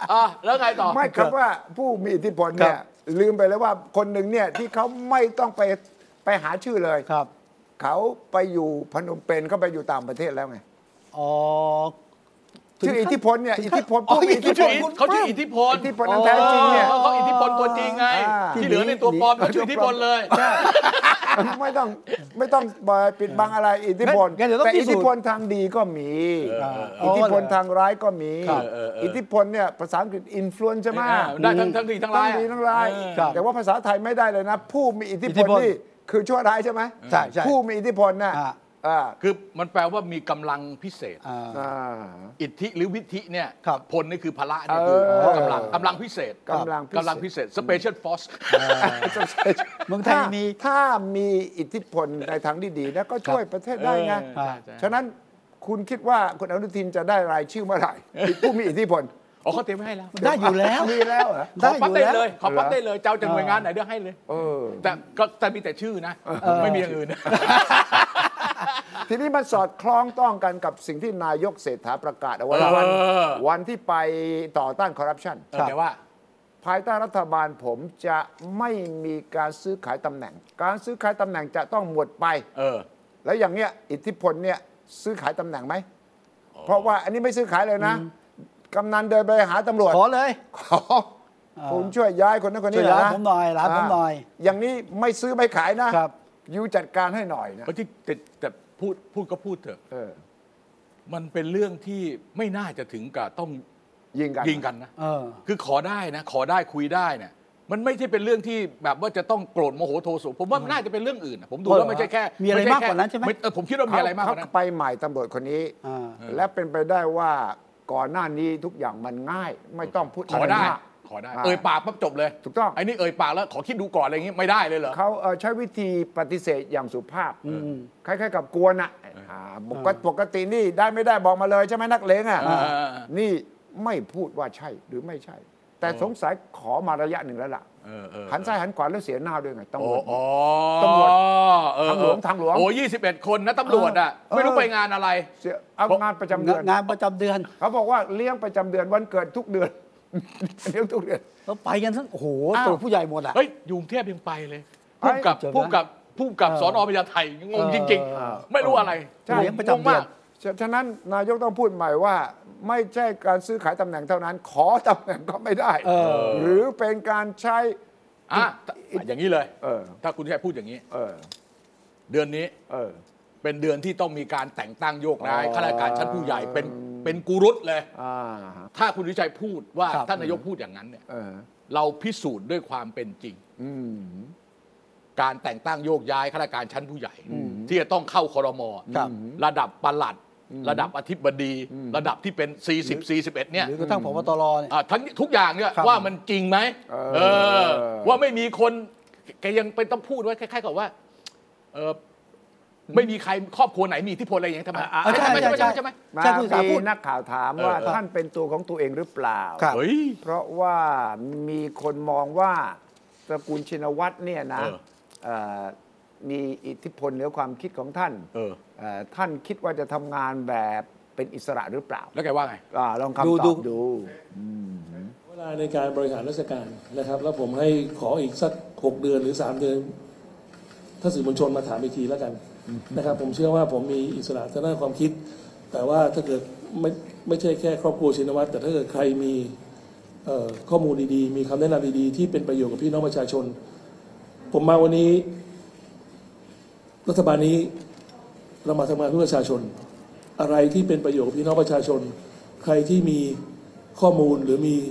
อ่ะแล้วไงต่อไม่ครับว่าผู้มีอิทธิพลเนี่ยลืมไปแล้วว่าคนหนึ่งเนี่ยที่เขาไม่ต้องไปไปหาชื่อเลยครับเขาไปอยู่พนมเปญเขาไปอยู่ต่างประเทศแล้วไงอ๋อชื่ออิทธิพลเนี่ยอิทธิพลผู้มีอิทธิพลเขาชื่ออิทธิพลอิทธิพลนั้นแท้จริงเนี่ยเขาอิทธิพลตัวจริงไงที่เหลือในตัวปลอมเขาชื่ออิทธิพลเลยไม่ต้องไม่ต้องปิดบังอะไรอิทธิพลแต่อิทธิพลทางดีก็มีอิทธิพลทางร้ายก็มีอิทธิพลเนี่ยภาษาอังกฤษอินฟลูเอนซ์ใช่ไหมได้ทั้งทั้งดีทั้งร้ายทั้งดีทั้งร้ายแต่ว่าภาษาไทยไม่ได้เลยนะผู้มีอิทธิพลนี่คือชั่วร้ายใช่ไหมใช่ผู้มีอิทธิพลน่ะคือมันแปลว่ามีกำลังพิเศษอิทธิหรือวิธิเนี่ยพลนี่คือพละนี่คือกำลังกำลังพิเศษกำลังกำลังพิเศษ special force เมืองไทยมีถ้ามีอิทธิพลในทางที่ดีแล้วก็ช่วยประเทศได้ไงฉะนั้นคุณคิดว่าคุณอนุทินจะได้รายชื่อเมื่อไหร่ผู้มีอิทธิพลอ๋อเขาเตรียมไว้ให้แล้วได้อยู่แล้วมีแล้วเหรอขอปั๊บได้เลยขอปั๊บได้เลยเจ้าจะหน่วยงานไหนเดี๋ยวให้เลยแต่ก็แต่มีแต่ชื่อนะไม่มีอย่างอื่นทีนี้มันสอดคล้องต้องกันกับสิ่งที่นายกเศรษฐาประกาศเอาไว้วันวันที่ไปต่อต้านคอร์รัปชันแต่ว่าภายใต้รัฐบาลผมจะไม่มีการซื้อขายตำแหน่งการซื้อขายตำแหน่งจะต้องหมดไปแล้วอย่างเนี้ยอิทธิพลเนี่ยซื้อขายตำแหน่งไหมเพราะว่าอันนี้ไม่ซื้อขายเลยนะกำนันเดินไปหาตำรวจขอเลยขอคุณช่วยย้ายคนนั้นคนนี้นะช่วยย้ายผมหน่อยรับผมหน่อยอย่างนี้ไม่ซื้อไม่ขายนะครับยูจัดการให้หน่อยนะแต่แต่พูดพูดก็พูดเถอะมันเป็นเรื่องที่ไม่น่าจะถึงกับต้องยิงกันยิงกันนะคือขอได้นะขอได้คุยได้เนี่ยมันไม่ใช่เป็นเรื่องที่แบบว่าจะต้องโกรธโมโหโทโสผมว่ามันน่าจะเป็นเรื่องอื่นผมดูแล้วไม่ใช่แค่มีอะไรมากกว่านั้นใช่ไหมผมคิดว่ามีอะไรมากกว่านั้นเขาไปใหม่ตำรวจคนนี้และเป็นไปได้ว่าก่อนหน้านี้ทุกอย่างมันง่ายไม่ต้องพูดขอได้ขอได้เอ่ยปากปั๊บจบเลยถูกต้องไอ้นี่เอ่ยปากแล้วขอคิดดูก่อนอะไรอย่างงี้ไม่ได้เลยเหรอเขาใช้วิธีปฏิเสธอย่างสุภาพคล้ายๆกับกวนอ่ะปกตินี่ได้ไม่ได้บอกมาเลยใช่ไหมนักเลงอ่ะนี่ไม่พูดว่าใช่หรือไม่ใช่แต่สงสัยขอมาระยะหนึ่งแล้วล่ะหันซ้ายหันขวาแล้วเสียหน้าด้วยไงตำรวจตำรวจทางหลวงทางหลวงโอ้ยี่สิบเอ็ดคนนะตำรวจอ่ะไม่รู้ไปงานอะไรเอางานประจำเดือนงานประจำเดือนเขาบอกว่าเลี้ยงประจำเดือนวันเกิดทุกเดือนเลี้ยงทุกเดือนแล้วไปกันทั้งโอ้โหตัวผู้ใหญ่หมดอ่ะเฮ้ยยุงเทพยังไปเลยผู้กับผู้กับผู้กับสนพญาไทงงจริงๆไม่รู้อะไรเลี้ยงประจำเดือนฉะนั้นนายกต้องพูดใหม่ว่าไม่ใช่การซื้อขายตำแหน่งเท่านั้นขอตำแหน่งก็ไม่ได้หรือเป็นการใช้อ่ะอย่างนี้เลยถ้าคุณชัยพูดอย่างนี้เดือนนี้เป็นเดือนที่ต้องมีการแต่งตั้งโยกย้ายข้าราชการชั้นผู้ใหญ่เป็นเป็นกุรุตเลยถ้าคุณวิชัยพูดว่าท่านนายกพูดอย่างนั้นเนี่ยเราพิสูจน์ด้วยความเป็นจริงการแต่งตั้งโยกย้ายข้าราชการชั้นผู้ใหญ่ที่จะต้องเข้าครม.ระดับปลัดระดับอธิบดีระดับที่เป็นสี่สิบ สี่สิบเอ็ดเนี่ยหรือกระทั่งผบตรเนี่ยทั้งทุกอย่างเนี่ยว่ามันจริงไหมเออว่าไม่มีคนแกยังเป็นต้องพูดไว้คล้ายๆกับว่าเออไม่มีใครครอบครัวไหนมีอิทธิพลอะไรอย่างนี้ทำไมใช่ไหมใช่ไหมใช่ไหมใช่พูดนักข่าวถามว่าท่านเป็นตัวของตัวเองหรือเปล่าเพราะว่ามีคนมองว่าตระกูลชินวัตรเนี่ยนะมีอิทธิพลเหนือความคิดของท่านท่านคิดว่าจะทำงานแบบเป็นอิสระหรือเปล่าแล้วแกว่าไงลองคำตอบดูเวลาในการบริหารราชการนะครับแล้วผมให้ขออีกสักหกเดือนหรือสามเดือนถ้าสื่อมวลชนมาถามอีกทีแล้วกันนะครับผมเชื่อว่าผมมีอิสระทางด้านความคิดแต่ว่าถ้าเกิดไม่ไม่ใช่แค่ครอบครัวชินวัตรแต่ถ้าเกิดใครมีข้อมูลดีๆมีคำแนะนำดีๆที่เป็นประโยชน์กับพี่น้องประชาชนผมมาวันนี้รัฐบาลนี้เรามาทำงานเพื่อประชาชนอะไรที่เป็นประโยชน์กับพี่น้องประชาชนใครที่มีข้อมูลหรือมี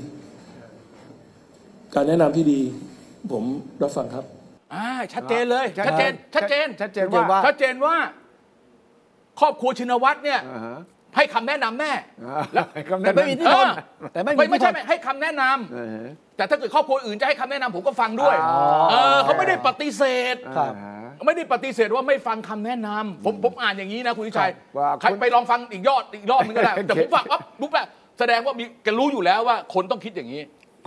การแนะนำที่ดีผมรับฟังครับอ่าชัดเจนเลยชัดเจนชัดเจนชัดเจนว่าชัดเจนว่าครอบครัวชินวัตรเนี่ยให้คำแนะนำแน่แต่ไม่มีที่คนแต่ไม่ไม่ใช่ให้คำแนะนำแต่ถ้าเกิดครอบครัวอื่นจะให้คำแนะนำผมก็ฟังด้วยเออเขาไม่ได้ปฏิเสธไม่ได้ปฏิเสธว่าไม่ฟังคำแนะนำผมผมอ่านอย่างนี้นะคุณวิชัยใครไปลองฟังอีกยอดอีกรอบนึงก็ได้แต่ผมฟังปั๊บปุ๊บแบบแสดงว่ามีแกรู้อยู่แล้วว่าคนต้องคิดอย่างนี้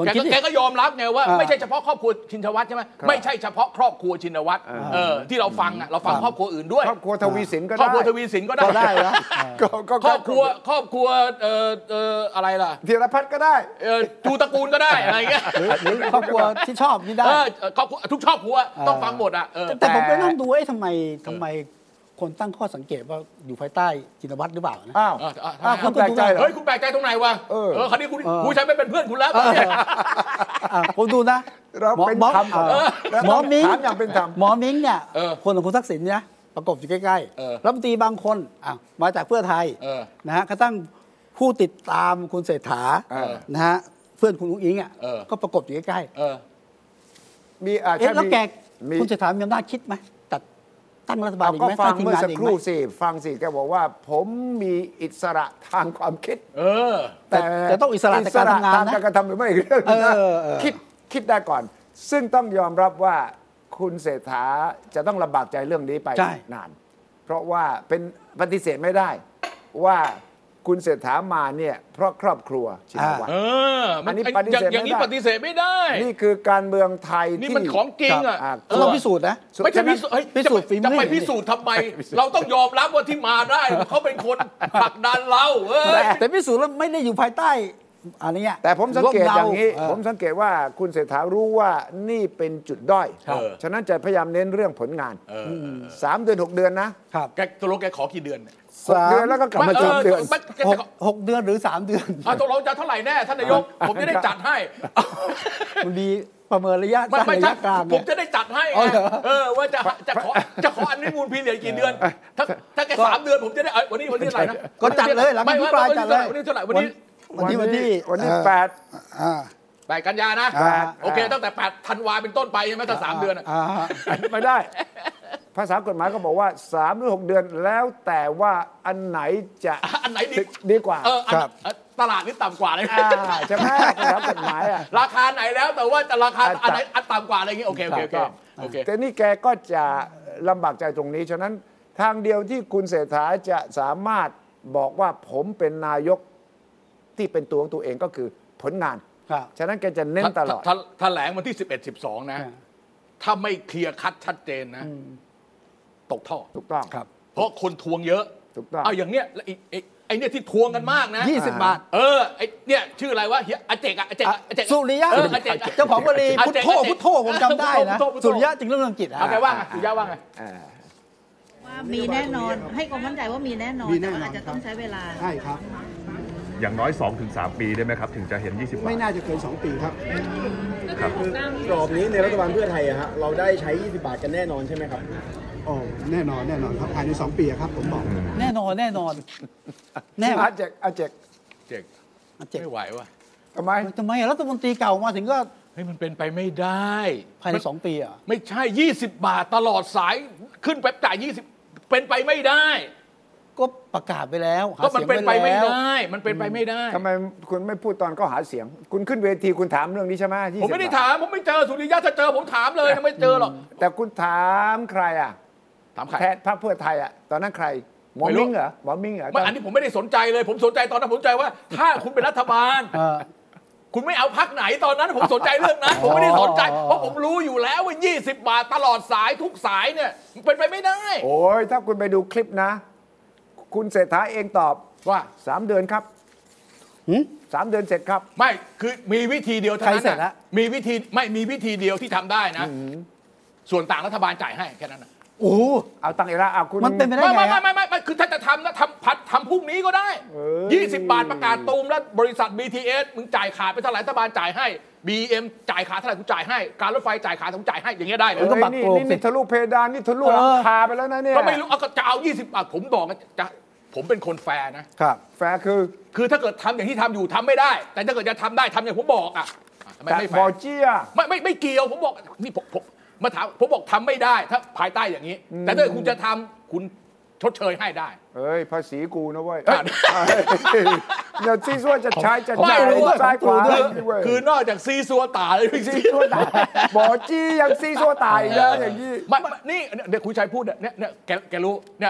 แกก็แกก็ยอมรับไงว่าไม่ใช่เฉพาะครอบครัวชินวัตรใช่ไหมไม่ใช่เฉพาะครอบครัวชินวัตรเออที่เราฟังอ่ะเราฟังครอบครัวอื่นด้วยครอบครัวทวีสินก็ได้ครอบครัวทวีสินก็ได้ได้นะครอบครัวครอบครัวเอ่อเอ่ออะไรล่ะธีรพัฒน์ก็ได้เอ่อจูตระกูลก็ได้อะไรเงี้ยหรือครอบครัวที่ชอบนี่ได้เออครอบครัวทุกครอบครัวต้องฟังหมดอ่ะแต่ผมไปนั่งดูไอ้ทำไมทำไมคนตั้งข้อสังเกตว่าอยู่ภายใต้ชินวัตรหรือเปล่านะอ้าวอ้าวคุณแปลกใจเหรอเฮ้ยคุณแปลกใจตรงไหนวะเออคราวนี้คุณคุณใช้ไม่เป็นเพื่อนคุณแล้วผมดูนะเราเป็นธรรมหมอมิ้งถามอย่างเป็นธรรมหมอมิ้งเนี่ยคนของคุณทักษิณเนี่ยประกบอยู่ใกล้ๆรัฐมนตรีบางคนมาจากเพื่อไทยนะฮะกระทั่งผู้ติดตามคุณเศรษฐานะฮะเพื่อนคุณอุ้งอิงอ่ะก็ประกบอยู่ใกล้ๆมีเอ๊ะแล้วแกคุณเศรษฐามีอำนาจคิดไหมจัดตั้งรัฐบาลอีกไหมก็ฟังเมื่อสักครู่สิฟังสิแกบอกว่าผมมีอิสระทางความคิดเออแต่แต่ต้องอิสระในการทำงานนะการกระทำหรือไม่เรื่องนะคิดคิดได้ก่อนซึ่งต้องยอมรับว่าคุณเศรษฐาจะต้องลำบากใจเรื่องนี้ไปนานเพราะว่าเป็นปฏิเสธไม่ได้ว่าคุณเศรษฐามาเนี่ยเพราะครอบครัวชินวัตรอันนี้ปฏิเสธอย่างนี้ปฏิเสธไม่ได้นี่คือการเมืองไทยนี่มันของจริงอ่ะเราพิสูจน์นะไม่ใช่พิสูจน์พิสูจน์จะไปพิสูจน์ทำไมเราต้องยอมรับว่าที่มาได้เขาเป็นคนผลักดันเราแต่พิสูจน์แล้วไม่ได้อยู่ภายใต้อันนี้แต่ผมสังเกตอย่างนี้ผมสังเกตว่าคุณเศรษฐารู้ว่านี่เป็นจุดด้อยฉะนั้นจะพยายามเน้นเรื่องผลงานสามเดือนหกเดือนนะแกตกลงแกขอกี่เดือนสามเดือนแล้วก็กลับมาสามเดือนหกเดือนหรือสามเดือนตกลงจะเท่าไหร่แน่ท่านนายกผมจะได้จัดให้มันมีประเมินระยะสั้นระยะกลางผมจะได้จัดให้เออว่าจะจะขอจะขออันนี้มูลพีเรียกี่เดือนถ้าถ้าแกสามเดือนผมจะได้วันนี้วันนี้เท่าไหร่นะก็จัดเลยหลังพิปรายจัดเลยวันนี้เท่าไหร่วันนี้วันนี้วันที่วันนี้แปดแปดกันยานะโอเคตั้งแต่แปดธันวาเป็นต้นไปใช่ไหมถ้าสามเดือนไม่ได้ภาษากฎหมายก็บอกว่าสามหรือหกเดือนแล้วแต่ว่าอันไหนจะอันไหนดีดีกว่าตลาดนี่ต่ำกว่าเลยใช่ไหมภาษากฎหมายอ่ะราคาไหนแล้วแต่ว่าจะราคาอันไหนอันต่ำกว่าอะไรอย่างงี้โอเคโอเคโอเคแต่นี่แกก็จะลำบากใจตรงนี้ฉะนั้นทางเดียวที่คุณเศรษฐาจะสามารถบอกว่าผมเป็นนายกที่เป็นตัวของตัวเองก็คือผลงานฉะนั้นแกจะเน้นตลอดแถลงวันที่สิบเอ็ด สิบสองนะถ้าไม่เคลียร์คัดชัดเจนนะตกท่อถูกต้องครับเพราะคนทวงเยอะถูกต้องเอาอย่างเนี้ยไอ้ไอ้เนี่ยที่ทวงกันมากนะยี่สิบบาทเออไอ้เนี่ยชื่ออะไรวะเฮียอาเจกอะอาเจกอาเจกสุริยะเจ้าของบริพุทโธพุทโธผมจำได้นะสุริยะจริงเรื่องกิจเอาไงว่าสุริยะว่าไงว่ามีแน่นอนให้ความมั่นใจว่ามีแน่นอนแต่อาจจะต้องใช้เวลาใช่ครับอย่างน้อย สองถึงสาม ปีได้ไหมครับถึงจะเห็นยี่สิบไม่น่าจะเกินสองปีครับครับกรอบนี้ในรัฐบาลเพื่อไทยอะฮะเราได้ใช้ยี่สิบบาทกันแน่นอนใช่ไหมครับโอ้แน่นอนแน่นอนครับภายในสองปีครับผมบอกแน่นอนแน่นอนแน่อาเจกอาเจกเจกไม่ไหววะทำไมทำไมรัฐมนตรีเก่ามาถึงก็เฮ้ยมันเป็นไปไม่ได้ภายในสองปีอ่ะไม่ใช่ยี่สิบบาทตลอดสายขึ้นไปจ่ายยี่สิบเป็นไปไม่ได้ก็ประกาศไปแล้วก็มันเป็นไปไม่ได้มันเป็นไปไม่ได้ทำไมคุณไม่พูดตอนก็หาเสียงคุณขึ้นเวทีคุณถามเรื่องนี้ใช่ไหมผมไม่ได้ถามผมไม่เจอสุริยะถ้าเจอผมถามเลยไม่เจอหรอกแต่คุณถามใครอ่ะถามใครแทนพรรคเพื่อไทยอ่ะตอนนั้นใครหมอมิ้งเหรอหมอมิ้งเหรออันนี้ผมไม่ได้สนใจเลยผมสนใจตอนนั้นผมสนใจว่าถ้าคุณเป็นรัฐบาลคุณไม่เอาพรรคไหนตอนนั้นผมสนใจเรื่องนั้นผมไม่ได้สนใจเพราะผมรู้อยู่แล้วว่ายี่สิบบาทตลอดสายทุกสายเนี่ยเป็นไปไม่ได้โอ้ยถ้าคุณไปดูคลิปนะคุณเศรษฐาเองตอบว่าสามเดือนครับสามเดือนเสร็จครับไม่คือมีวิธีเดียวเท่านั้นนะมีวิธีไม่มีวิธีเดียวที่ทำได้นะส่วนต่างรัฐบาลจ่ายให้แค่นั้นนะโอ้เอาตังค์อีกแล้วเอาคุณมันเป็นไปได้ไงไม่ไม่ไม่ไม่คือถ้าจะทำนะทำผัดทำพรุ่งนี้ก็ได้ยี่สิบบาทประกาศตูมแล้วบริษัท บี ที เอส มึงจ่ายขาดไปเท่าไหร่รัฐบาลจ่ายให้ บี เอ็ม จ่ายขาดเท่าไหร่กูจ่ายให้การรถไฟจ่ายขาดผมจ่ายให้อย่างเงี้ยได้เลยนี่นี่ทะลุเพดานนี่ทะลุหลังคาไปแล้วนะเนี่ยก็ไม่รู้เอาจะเอายี่สิบบาทผมบอกจะผมเป็นคนแฟร์นะครับแฟร์คือคือถ้าเกิดทำอย่างที่ทำอยู่ทำไม่ได้แต่ถ้าเกิดจะทำได้ทำอย่างผมบอกอ่ะไม่ไม่แฟร์บอเจียไม่ไม่ไม่เกี่ยวผมบอกนี่ผมผมมาถามผมบอกทำไม่ได้ถ้าภายใต้อย่างนี้แต่ถ้าคุณจะทำคุณชดเชยให้ได้เอ้ยภาษีกูนะเว้ยเนี่ยซีซัวจะใช้จะจ่ายซ้ายขวาคือนอกจากซีซัวตายซีซัวตายบอจี้ยังซีซัวตายเยอะอย่างนี้ไม่นี่เดี๋ยวคุณชัยพูดเนี่ยเนี่ยแกแกรู้เนี่ย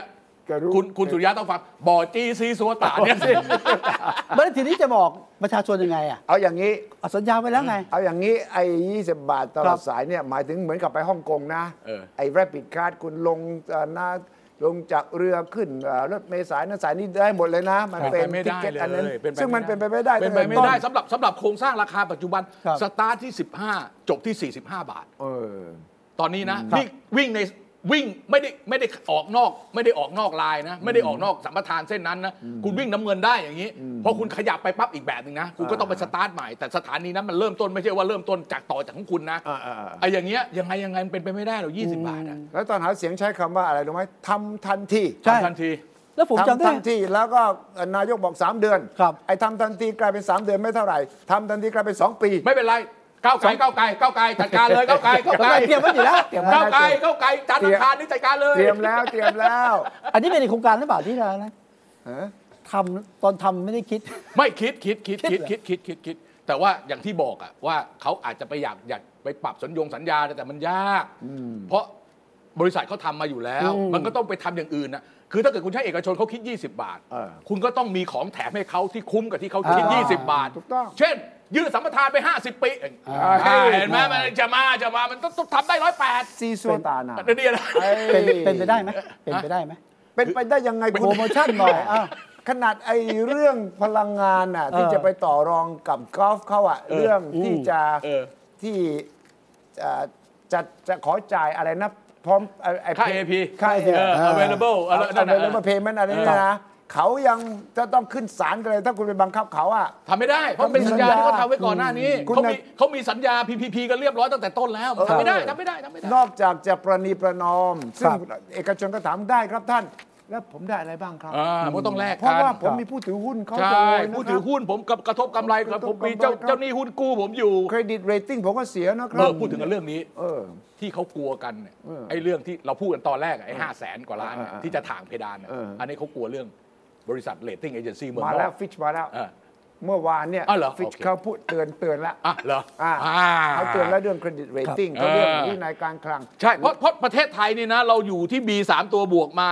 คุณคุณสุริยะต้องฟังบ่อจีซีซัวตาเนี่ยแล้วทีนี้จะบอกประชาชนยังไงอ่ะเอาอย่างนี้เอาสัญญาไว้แล้วไงเอาอย่างนี้ไอ้ยี่สิบบาทตลอดสายเนี่ยหมายถึงเหมือนกับไปฮ่องกงนะเออไอ้ Rapid Card คุณลงเอ่อนะลงจากเรือขึ้นเอ่อรถเมล์สายนั้นสายนี้ได้หมดเลยนะ มันเป็นไม่ทิได้เก็ตเลยอันนั้นเป็นไปซึ่งมันไม่เป็นได้ไปไม่ได้เป็นไปไม่ตั้งได้แต่ต้นสำหรับสำหรับโครงสร้างราคาปัจจุบันครับสตาร์ทที่สิบห้าจบที่สี่สิบห้าบาทเออตอนนี้นะนี่วิ่งในวิ่งไม่ได้ไม่ได้ออกนอกไม่ได้ออกนอกลายนะไม่ได้ออกนอกสัมปทานเส้นนั้นนะคุณวิ่งน้ำเงินได้อย่างนี้พอคุณขยับไปปั๊บอีกแบบหนึ่งนะคุณก็ต้องไปสตาร์ทใหม่แต่สถานีนั้นมันเริ่มต้นไม่ใช่ว่าเริ่มต้นจากต่อจากของคุณนะอ่าๆๆไอ้อย่างเงี้ยยังไงยังไงมันเป็นไปไม่ได้หรอกยี่สิบบาทอะแล้วตอนหาเสียงใช้คำว่าอะไรรู้ไหมทำทันทีใช่ทำทันทีแล้วผมจำทำได้ทันทีแล้วก็นายกบอกสามเดือนครับไอ้ทำทันทีกลายเป็นสามเดือนไม่เท่าไหร่ทำทันทีกลายเป็นสองปีไม่เป็นไรก้าวไกลก้าวไกลก้าวไกลจัดการเลยก้าวไกลก้าวไกลเตรียมไว้อยู่แล้วเตรียมไว้ก้าวไกลก้าวไกลจัดอังคารนี่จัดการเลยเตรียมแล้วเตรียมแล้วอันนี้เป็นอีกโครงการหรือเปล่าที่เรานะฮะทำตอนทำไม่ได้คิดไม่คิดคิดคิดคิคิดดเหรอคิดคิดคิดคิดแต่ว่าอย่างที่บอกอะว่าเขาอาจจะไปอยากอยากไปปรับสัญญงสัญญาแต่มันยากเพราะบริษัทเขาทำมาอยู่แล้ว มันก็ต้องไปทำอย่างอื่นนะคือถ้าเกิดคุณใช้เอกชนเขาคิดยี่สิบบาทเออคุณก็ต้องมีของแถมให้เขาที่คุ้มกับที่เขาคิดอ่ายี่สิบบาทถูกต้องเช่น ยืดสัมปทานไปห้าสิบปีอ่าอ่าเห็นไหมมันจะมาจะมามันต้องต้องทำได้ร้อยแปดซีซัวตานานี่แหละเป็นเป็นไปได้ไหมเป็นไปได้ไหมเป็นไปได้ยังไงโปรโมชั่นหน่อยอ้าวขนาดไอ้เรื่องพลังงานน่ะที่เออจะไปต่อรองกับกอล์ฟเขาอะเรื่องที่จะเออที่เอ่อจะจะขอจ่ายอะไรนะพร้อมไอ้ไอ้ค่า เอ พีค่าเออ available อะไรนั่นน่ะ available payment อะไรนี่นะเขายังจะต้องขึ้นศาลกันเลยถ้าคุณไปบังคับเขาอะทำไม่ได้เพราะเป็นสัญญาที่เขาทำไว้ก่อนหน้านี้คุณเขาน่ะมีเขามีสัญญา พี พี พี กันเรียบร้อยตั้งแต่ต้นแล้วทำไม่ได้ทำไม่ได้ทำไม่ได้นอกจากจะประนีประนอม ซึ่งครับเอกชนก็ถามได้ครับท่าน แล้วผมได้อะไรบ้างครับอ่ามันต้องแลกเพราะกันว่าผมมีผู้ถือหุ้นเขาใช่โดนนะครับผู้ถือหุ้นผมกับกระทบกำไรครับผมมีเจ้าครับเจ้าหนี้หุ้นกู้ผมอยู่เครดิตเรตติ้งผมก็เสียนะคเอรับอพูดถึงกันเรื่องนี้เออที่เขากลัวกันเนี่ยเออไอ้เรื่องที่เราพูดกันตอนแรกอะไอ้ห้าแสนกว่าล้านเนี่ยเออเออที่จะถ่างเพดานเนี่ยเอออัอันนี้เขากลัวเรื่องบริษัทเรตติ้งเอเจนซี่เมืองมานอแล้วกฟิชมาแล้วเออเมื่อวานเนี่ยอ้าวเหรอฟิชโอเคเขาพูดเตือนเตือนแล้วอ่ะเหรออ่าอ่าเขาเตือนแล้วเรื่องเครดิตเรตติ้งเขาเรื่องเออวินัยการคลังใช่เพราะเพราะประเทศไทยนี่นะ เราอยู่ที่ บี สามตัวบวกมา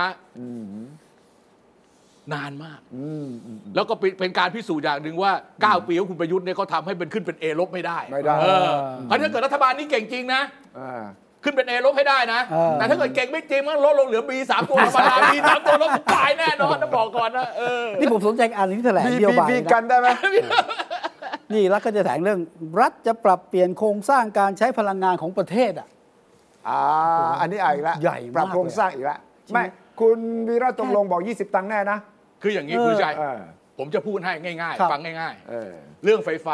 นานมาก แล้วก็เป็นเป็นการพิสูจน์อย่างหนึ่งว่าเก้าปีของคุณประยุทธ์เนี่ยเขาทำให้มันขึ้นเป็น A ลบไม่ได้ไม่ได้เออเพราะถ้าเกิดรัฐบาลนี้เก่งจริงนะอ่าขึ้นเป็น A ลบให้ได้นะเออแต่ถ้าเกิดเก่งไม่จริงมันลดลงเหลือ B สามตัวธรรมดา B สามตัวลบตายแน่นอนนะบอกก่อนนะเออนี่ผมสนใจอ่านที่แถลงบีเดียวบีบายบีนะกันได้ไหมนี่รัฐก็จะแถลงเรื่อง รัฐจะปรับเปลี่ยนโครงสร้างการใช้พลังงานของประเทศอ่ะอ่าอันนี้เอาอีกแล้วใหญ่มากปรับโครงสร้างอีกแล้วไม่คุณวีระตกลงบอกยี่สิบตังค์แน่นะคืออย่างนี้เออคุณชัยเออผมจะพูดให้ง่ายครับๆ ฟังง่ายเออๆ เรื่องไฟฟ้า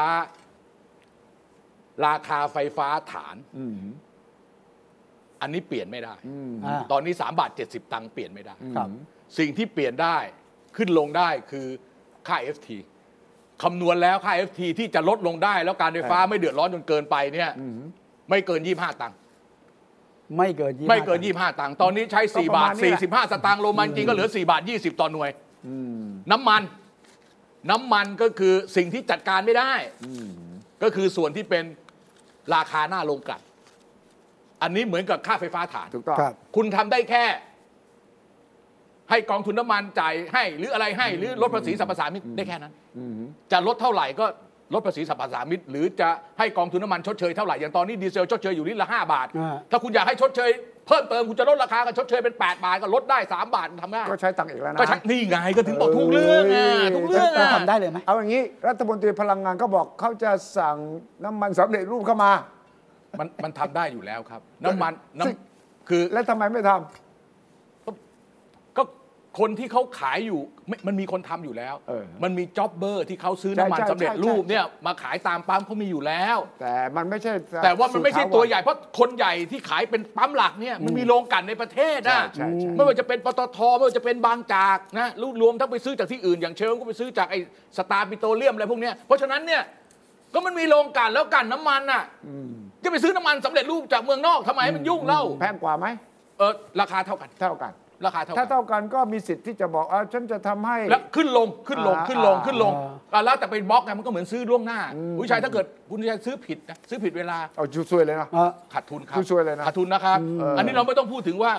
ราคาไฟฟ้าฐานอืมอันนี้เปลี่ยนไม่ได้อ่าตอนนี้สามบาทเจ็ดสิบตังค์เปลี่ยนไม่ได้ครับสิ่งที่เปลี่ยนได้ขึ้นลงได้คือค่า เอฟ ที คำนวณแล้วค่า เอฟ ที ที่จะลดลงได้ แล้วการไฟฟ้าไม่เดือดร้อนจนเกินไปเนี่ยไม่เกินยี่สิบห้าตังค์ไม่เกินยี่สิบไม่เกินยี่สิบห้าตังค์ตอนนี้ใช้สี่ก็ประบามาทณนี้แหละสี่สิบห้าสตางค์โลมันจริงก็เหลือสี่บาทยี่สิบต่อหน่วยน้ำมัน น้ำมันก็คือสิ่งที่จัดการไม่ได้ก็คือส่วนที่เป็นราคาหน้าโรงกลั่นอันนี้เหมือนกับค่าไฟฟ้าฐานถูกต้องครับคุณทำได้แค่ ให้กองทุนน้ำมันจ่ายให้หรืออะไรให้หรือลดภาษีสรรพสามิตได้แค่นั้นจะลดเท่าไหร่ก็ลดภาษีสรรพสามิตหรือจะให้กองทุนน้ำมันชดเชยเท่าไหร่อย่างตอนนี้ดีเซลชดเชยอยู่ลิตรละห้าบาทอ่าถ้าคุณอยากให้ชดเชยเพิ่มเติมคุณจะลดราคาก็ชดเชยเป็นแปดบาทก็ลดได้สามบาททำได้ก็ใช้ตังค์อีกแล้วนะก็ใช่นี่ไงก็ถึงบอกทุกเรื่องอ่ะทุกเรื่องจะอ่ะทำได้เลยไหมเอาอย่างนี้รัฐมนตรีพลังงานก็บอกเขาจะสั่งน้ำมันสำเร็จรูปเข้ามามันมันทำได้อยู่แล้วครับ น้ำมันน้ซึ่งำคือแล้วทำไมไม่ทำก็คนที่เขาขายอยู่ไม่มันมีคนทำอยู่แล้วเออมันมีจ็อบเบอร์ที่เขาซื้อน้ำมันใช่ใช่สำเร็จใช่รูปใช่เนี่ยมาขายตามปั๊มเขามีอยู่แล้วแต่มันไม่ใช่แต่ว่ามันไม่ใช่สูรตัวใหญ่เพราะคนใหญ่ที่ขายเป็นปั๊มหลักเนี่ยมันมีโรงกลั่นในประเทศนะใช่ใช่ใช่ไม่ว่าจะเป็นปตทไม่ว่าจะเป็นบางจากนะรวมทั้งไปซื้อจากที่อื่นอย่างเชลก็ไปซื้อจากไอ้สตาร์ปิโตรเลียมอะไรพวกเนี้ยเพราะฉะนั้นเนี่ยก็มันมีโรงกลั่นแล้วกลั่นน้ำมันน่ะจะไปซื้อน้ำมันสำเร็จรูปจากเมืองนอกทำไมให้มันยุ่งเล่าแพงกว่าไหมเออราคาเท่ากันเท่ากันราคาเท่ากัถ้าน เท่ากันก็มีสิทธิ์ที่จะบอกอ่าฉันจะทำให้แล้วขึ้นลงขึ้นลงอ่าขึ้นลงขึ้นลงอ่าอ่าแล้วแต่เป็นบล็อกไงมันก็เหมือนซื้อล่วงหน้าผู้ชายถ้าเกิดคุณชายซื้อผิดนะซื้อผิดเวลาเอาช่วยเลยนะขาดทุนครับช่วยๆเลยนะขาดทุนนะครับ อันนี้เราไม่ต้องพูดถึงว่า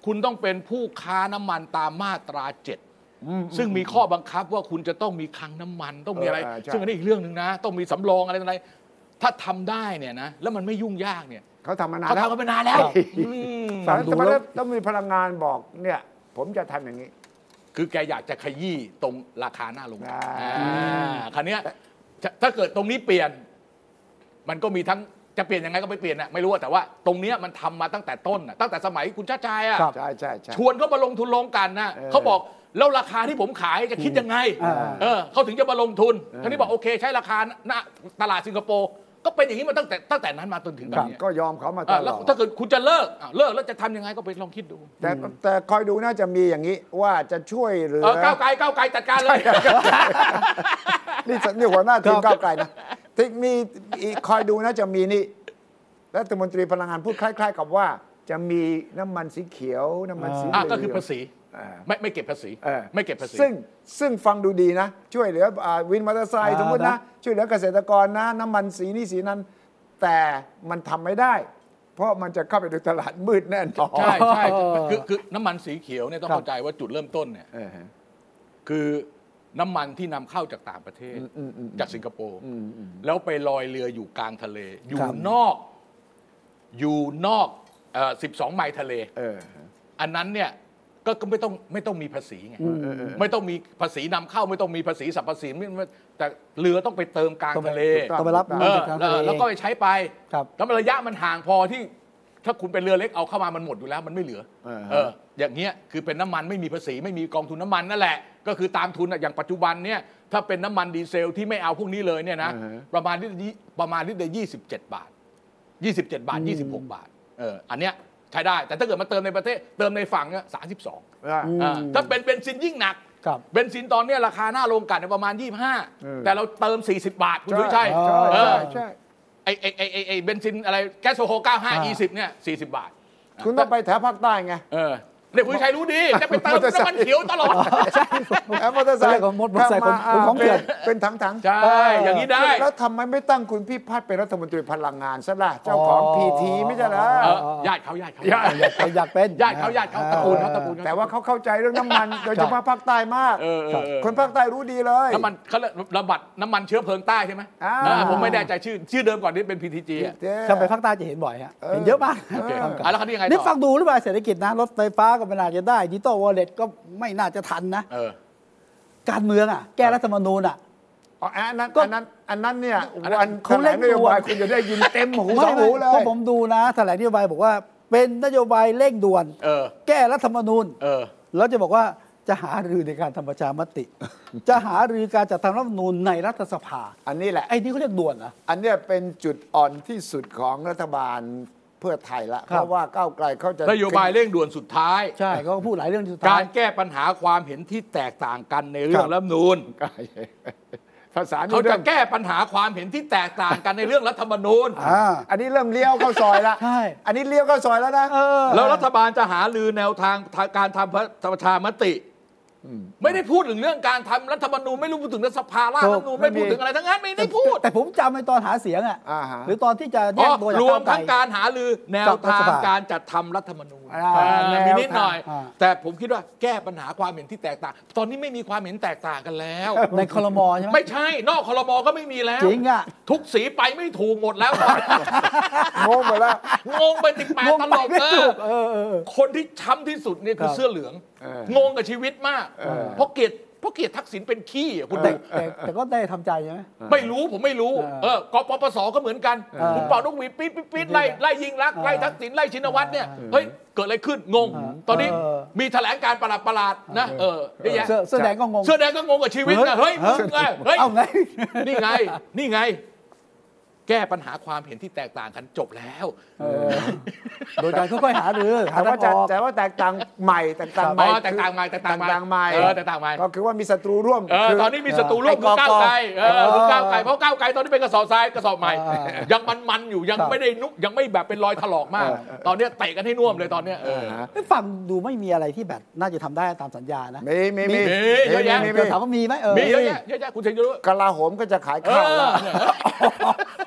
คุณต้องเป็นผู้ค้าน้ำมันตามมาตราเจ็ดซึ่งมีข้อบังคับว่าคุณจะต้องมีคลังน้ำมันต้องมีอะไรซึ่งอันนี้อีกเรื่องหนึ่งนะต้องมีสำรองอะไรอะไรถ้าทำได้เนี่ยนะแล้วมันไม่ยุ่งยากเนี่ยเขาทำมานานเขาแล้วทำกันมานานแล้วแต่ทำไมต้องมีพลังงานบอกเนี่ยผมจะทำอย่างนี้คือแกอยากจะขยี้ตรงราคาหน้าโรงงานอ่าคราวนี้ถ้าเกิดตรงนี้เปลี่ยนมันก็มีทั้งจะเปลี่ยนยังไงก็ไปเปลี่ยนนะไม่รู้แต่ว่าตรงนี้มันทำมาตั้งแต่ต้นนะตั้งแต่สมัยคุณชาติชายอ่ะใช่ใช่ใช่ชวนเขามาลงทุนลงกันนะเขาบอกแล้วราคาที่ผมขายจะคิดยังไงเออเขาถึงจะมาลงทุนท่านี้บอกโอเคใช้ราคาหน้าตลาดสิงคโปร์ก็เป็นอย่างนี้มาตั้งแต่ตั้งแต่นั้นมาจนถึงแบบนี้ก็ยอมเขามาตลแล้วอดถ้าเกิดคุณจะเลิกเลิกแล้วจะทำยังไงก็ไปลองคิดดูแต่แต่คอยดูน่าจะมีอย่างนี้ว่าจะช่วยเหลือเออก้าวไกลก้าวไกลจัดการเลยนี่นี่หัวหน้าทีมก้าวไกลนะที่มีคอยดูนะจะมีนี่รัฐมนตรีพลังงานพูดคล้ายๆกับว่าจะมีน้ำมันสีเขียวน้ำมันสีเหลือ่ะองก็คือภาษีไม่ไม่เก็บภาษีเออไม่เก็บภาษีซึ่งซึ่งฟังดูดีนะ ช่วยเหลืออ่าวินมอเตอร์ไซค์สมมตินะช่วยเหลือเกษตรกรนะน้ำมันสีนี้สีนั้น แต่มันทำไม่ได้ เพราะมันจะเข้าไปในตลาดมืดแน่นอนใช่ใช่คือคือน้ำมันสีเขียวเนี่ยต้องเข้าใจว่าจุดเริ่มต้นเนี่ยคือน้ำมันที่นำเข้าจากต่างประเทศจากสิงคโปร์แล้วไปลอยเรืออยู่กลางทะเล อยู่นอกอยู่นอกสิบสองไมล์ทะเลอันนั้นเนี่ยก็ไม่ต้องไม่ต้องมีภาษีไงไม่ต้องมีภาษีนำเข้าไม่ต้องมีภาษีสรรพสินแต่เรือต้องไปเติมกลางทะเลต้องไปรับเออแล้วก็ไปใช้ไปแล้วระยะมันห่างพอที่ถ้าคุณเป็นเรือเล็กเอาเข้ามามันหมดอยู่แล้วมันไม่เหลือเอออย่างเงี้ยคือเป็นน้ำมันไม่มีภาษีไม่มีกองทุนน้ำมันนั่นแหละก็คือตามทุนอย่างปัจจุบันเนี่ยถ้าเป็นน้ำมันดีเซลที่ไม่เอาพวกนี้เลยเนี่ยนะประมาณลิตรประมาณลิตรละยี่สิบเจ็ดบาทยี่สิบเจ็ดบาทยี่สิบหกบาทเอออันเนี้ยใช้ได้แต่ถ้าเกิดมาเติมในประเทศเติมในฝั่งเนี่ยสามสิบสองถ้าเป็นเบนซินยิ่งหนักเบนซินตอนนี้ราคาหน้าโรงกลั่นประมาณยี่สิบห้าแต่เราเติมสี่สิบบาทคุณดูใช่ใช่ใช่ไอไอไอไอไอเบนซินอะไรแก๊สโซฮอล์เก้าสิบห้า อี สิบเนี่ยสี่สิบบาทคุณต้องไปแถวภาคใต้ไงเออเด็กคุณชัยรู้ดีจะไปเติมน้ำมันเขียวตลอดใช่มอเตอร์ไซค์ของมอเตอร์ไซค์ของของเถื่อนเป็นถังๆใช่อย่างนี้ได้แล้วทำไมไม่ตั้งคุณพิพัฒน์เป็นรัฐมนตรีพลังงานซะล่ะเจ้าของพีทีไม่ใช่เหรอญาติเขาญาติเขาอยากอยากเป็นญาติเขาญาติเขาตระกูลเขาตระกูลแต่ว่าเขาเข้าใจเรื่องน้ำมันโดยเฉพาะภาคใต้มากคนภาคใต้รู้ดีเลยน้ำมันเขาระบาดน้ำมันเชื้อเพลิงใต้ใช่ไหมผมไม่แน่ใจชื่อชื่อเดิมก่อนนี้เป็น พี ที จี อ่ะถ้าไปภาคใต้จะเห็นบ่อยฮะเห็นเยอะมากแล้วเขาที่ยังไงนี่ฟังดูหรือเปล่าเศรษฐกิจนะรถไฟฟ้าก็ไม่น่าจะได้ดิจิตอลวอลเล็ตก็ไม่น่าจะทันนะการเมืองอ่ะแก้รัฐธรรมนูญอ่ะอ๋ออันนั้นอันนั้นอันนั้นเนี่ยวันเขาเล่นนโยบายคุณจะได้ยินเต็มหูสองหูเลยเพราะผมดูนะแถลงนโยบายบอกว่าเป็นนโยบายเร่งด่วนแก้รัฐธรรมนูญแล้วจะบอกว่าจะหารือในการทำประชามติจะหารือการจัดทำรัฐธรรมนูญในรัฐสภาอันนี้แหละไอ้นี่เขาเรียกด่วนนะอันนี้เป็นจุดอ่อนที่สุดของรัฐบาลเพื่อไทยละเพราะว่าก้าวไกลเขาจะนโยบายเร่งด่วนสุดท้ายใช่เขาพูดหลายเรื่องสุดท้ายการแก้ปัญหาความเห็นที่แตกต่างกันในเรื่องรัฐธรรมนูญภาษาเขาจะแก้ปัญหาความเห็นที่แตกต่างกันในเรื่องรัฐธรรมนูญอันนี้เริ่มเลี้ยวเข้าซอยแล้วใช่อันนี้เลี้ยวเข้าซอยแล้วนะแล้วรัฐบาลจะหารือแนวทางการทำประชามติไม่ได้พูดถึงเรื่องการทำรัฐธรรมนูญไม่รู้พูดถึงรัฐสภาร่างรัฐธรรมนูญไม่พูดถึงอะไรทั้งนั้นไม่ได้พูดแต่ผมจำในตอนหาเสียงอ่ะหรือตอนที่จะแยกตัวรวมทั้งการหารือแนวทางการจัดทำรัฐธรรมนูญมีนิดหน่อยแต่ผมคิดว่าแก้ปัญหาความเห็นที่แตกต่างตอนนี้ไม่มีความเห็นแตกต่างกันแล้วในครม.ใช่ไหมไม่ใช่นอกครม.ก็ไม่มีแล้วจริงอ่ะทุกสีไปไม่ถูกหมดแล้วงงไปแล้วงงไปติดแปดตลอดเลยคนที่ช้ำที่สุดเนี่ยคือเสื้อเหลืองงงกับชีวิตมากเพราะเกลียดเพราะเกลียดทักษิณเป็นขี้คุณแต่แต่ก็ได้ทำใจใช่ไหมไม่รู้ผมไม่รู้เออกปปสก็เหมือนกันผมเป่านกหวีดปี๊ดปี๊ดไล่ไล่ยิงรักไล่ทักษิณไล่ชินวัตรเนี่ยเฮ้ยเกิดอะไรขึ้นงงตอนนี้มีแถลงการประหลาดประหลาดนะเออเยอะแยะเสื้อแดงก็งงเสื้อแดงก็งงกับชีวิตนะเฮ้ยมึงไงเฮ้ยนี่ไงนี่ไงแก้ปัญหาความเห็นที่แตกต่างกันจบแล้วโดยการค่อยๆหารือหาทางออกแต่ว่าแตกต่างใหม่แตกต่างใหม่แตกต่างใหม่แตกต่างใหม่เออแตกต่างใหม่ก็คือว่ามีศัตรูร่วมตอนนี้มีศัตรูร่วมคือก้าวไกลเออคือก้าวไกลเพราะก้าวไกลตอนนี้เป็นกระสอบทรายกระสอบใหม่ยังมันๆอยู่ยังไม่ได้นุยังไม่แบบเป็นรอยถลอกมากตอนนี้เตะกันให้น่วมเลยตอนนี้เออฟังดูไม่มีอะไรที่แบบน่าจะทำได้ตามสัญญานะมีมีมีเยอะแยะถามว่ามีไหมเออมีเยอะแยะเยอะแยะคุณเชยรู้กลาโหมก็จะขายข้าวแล้วอ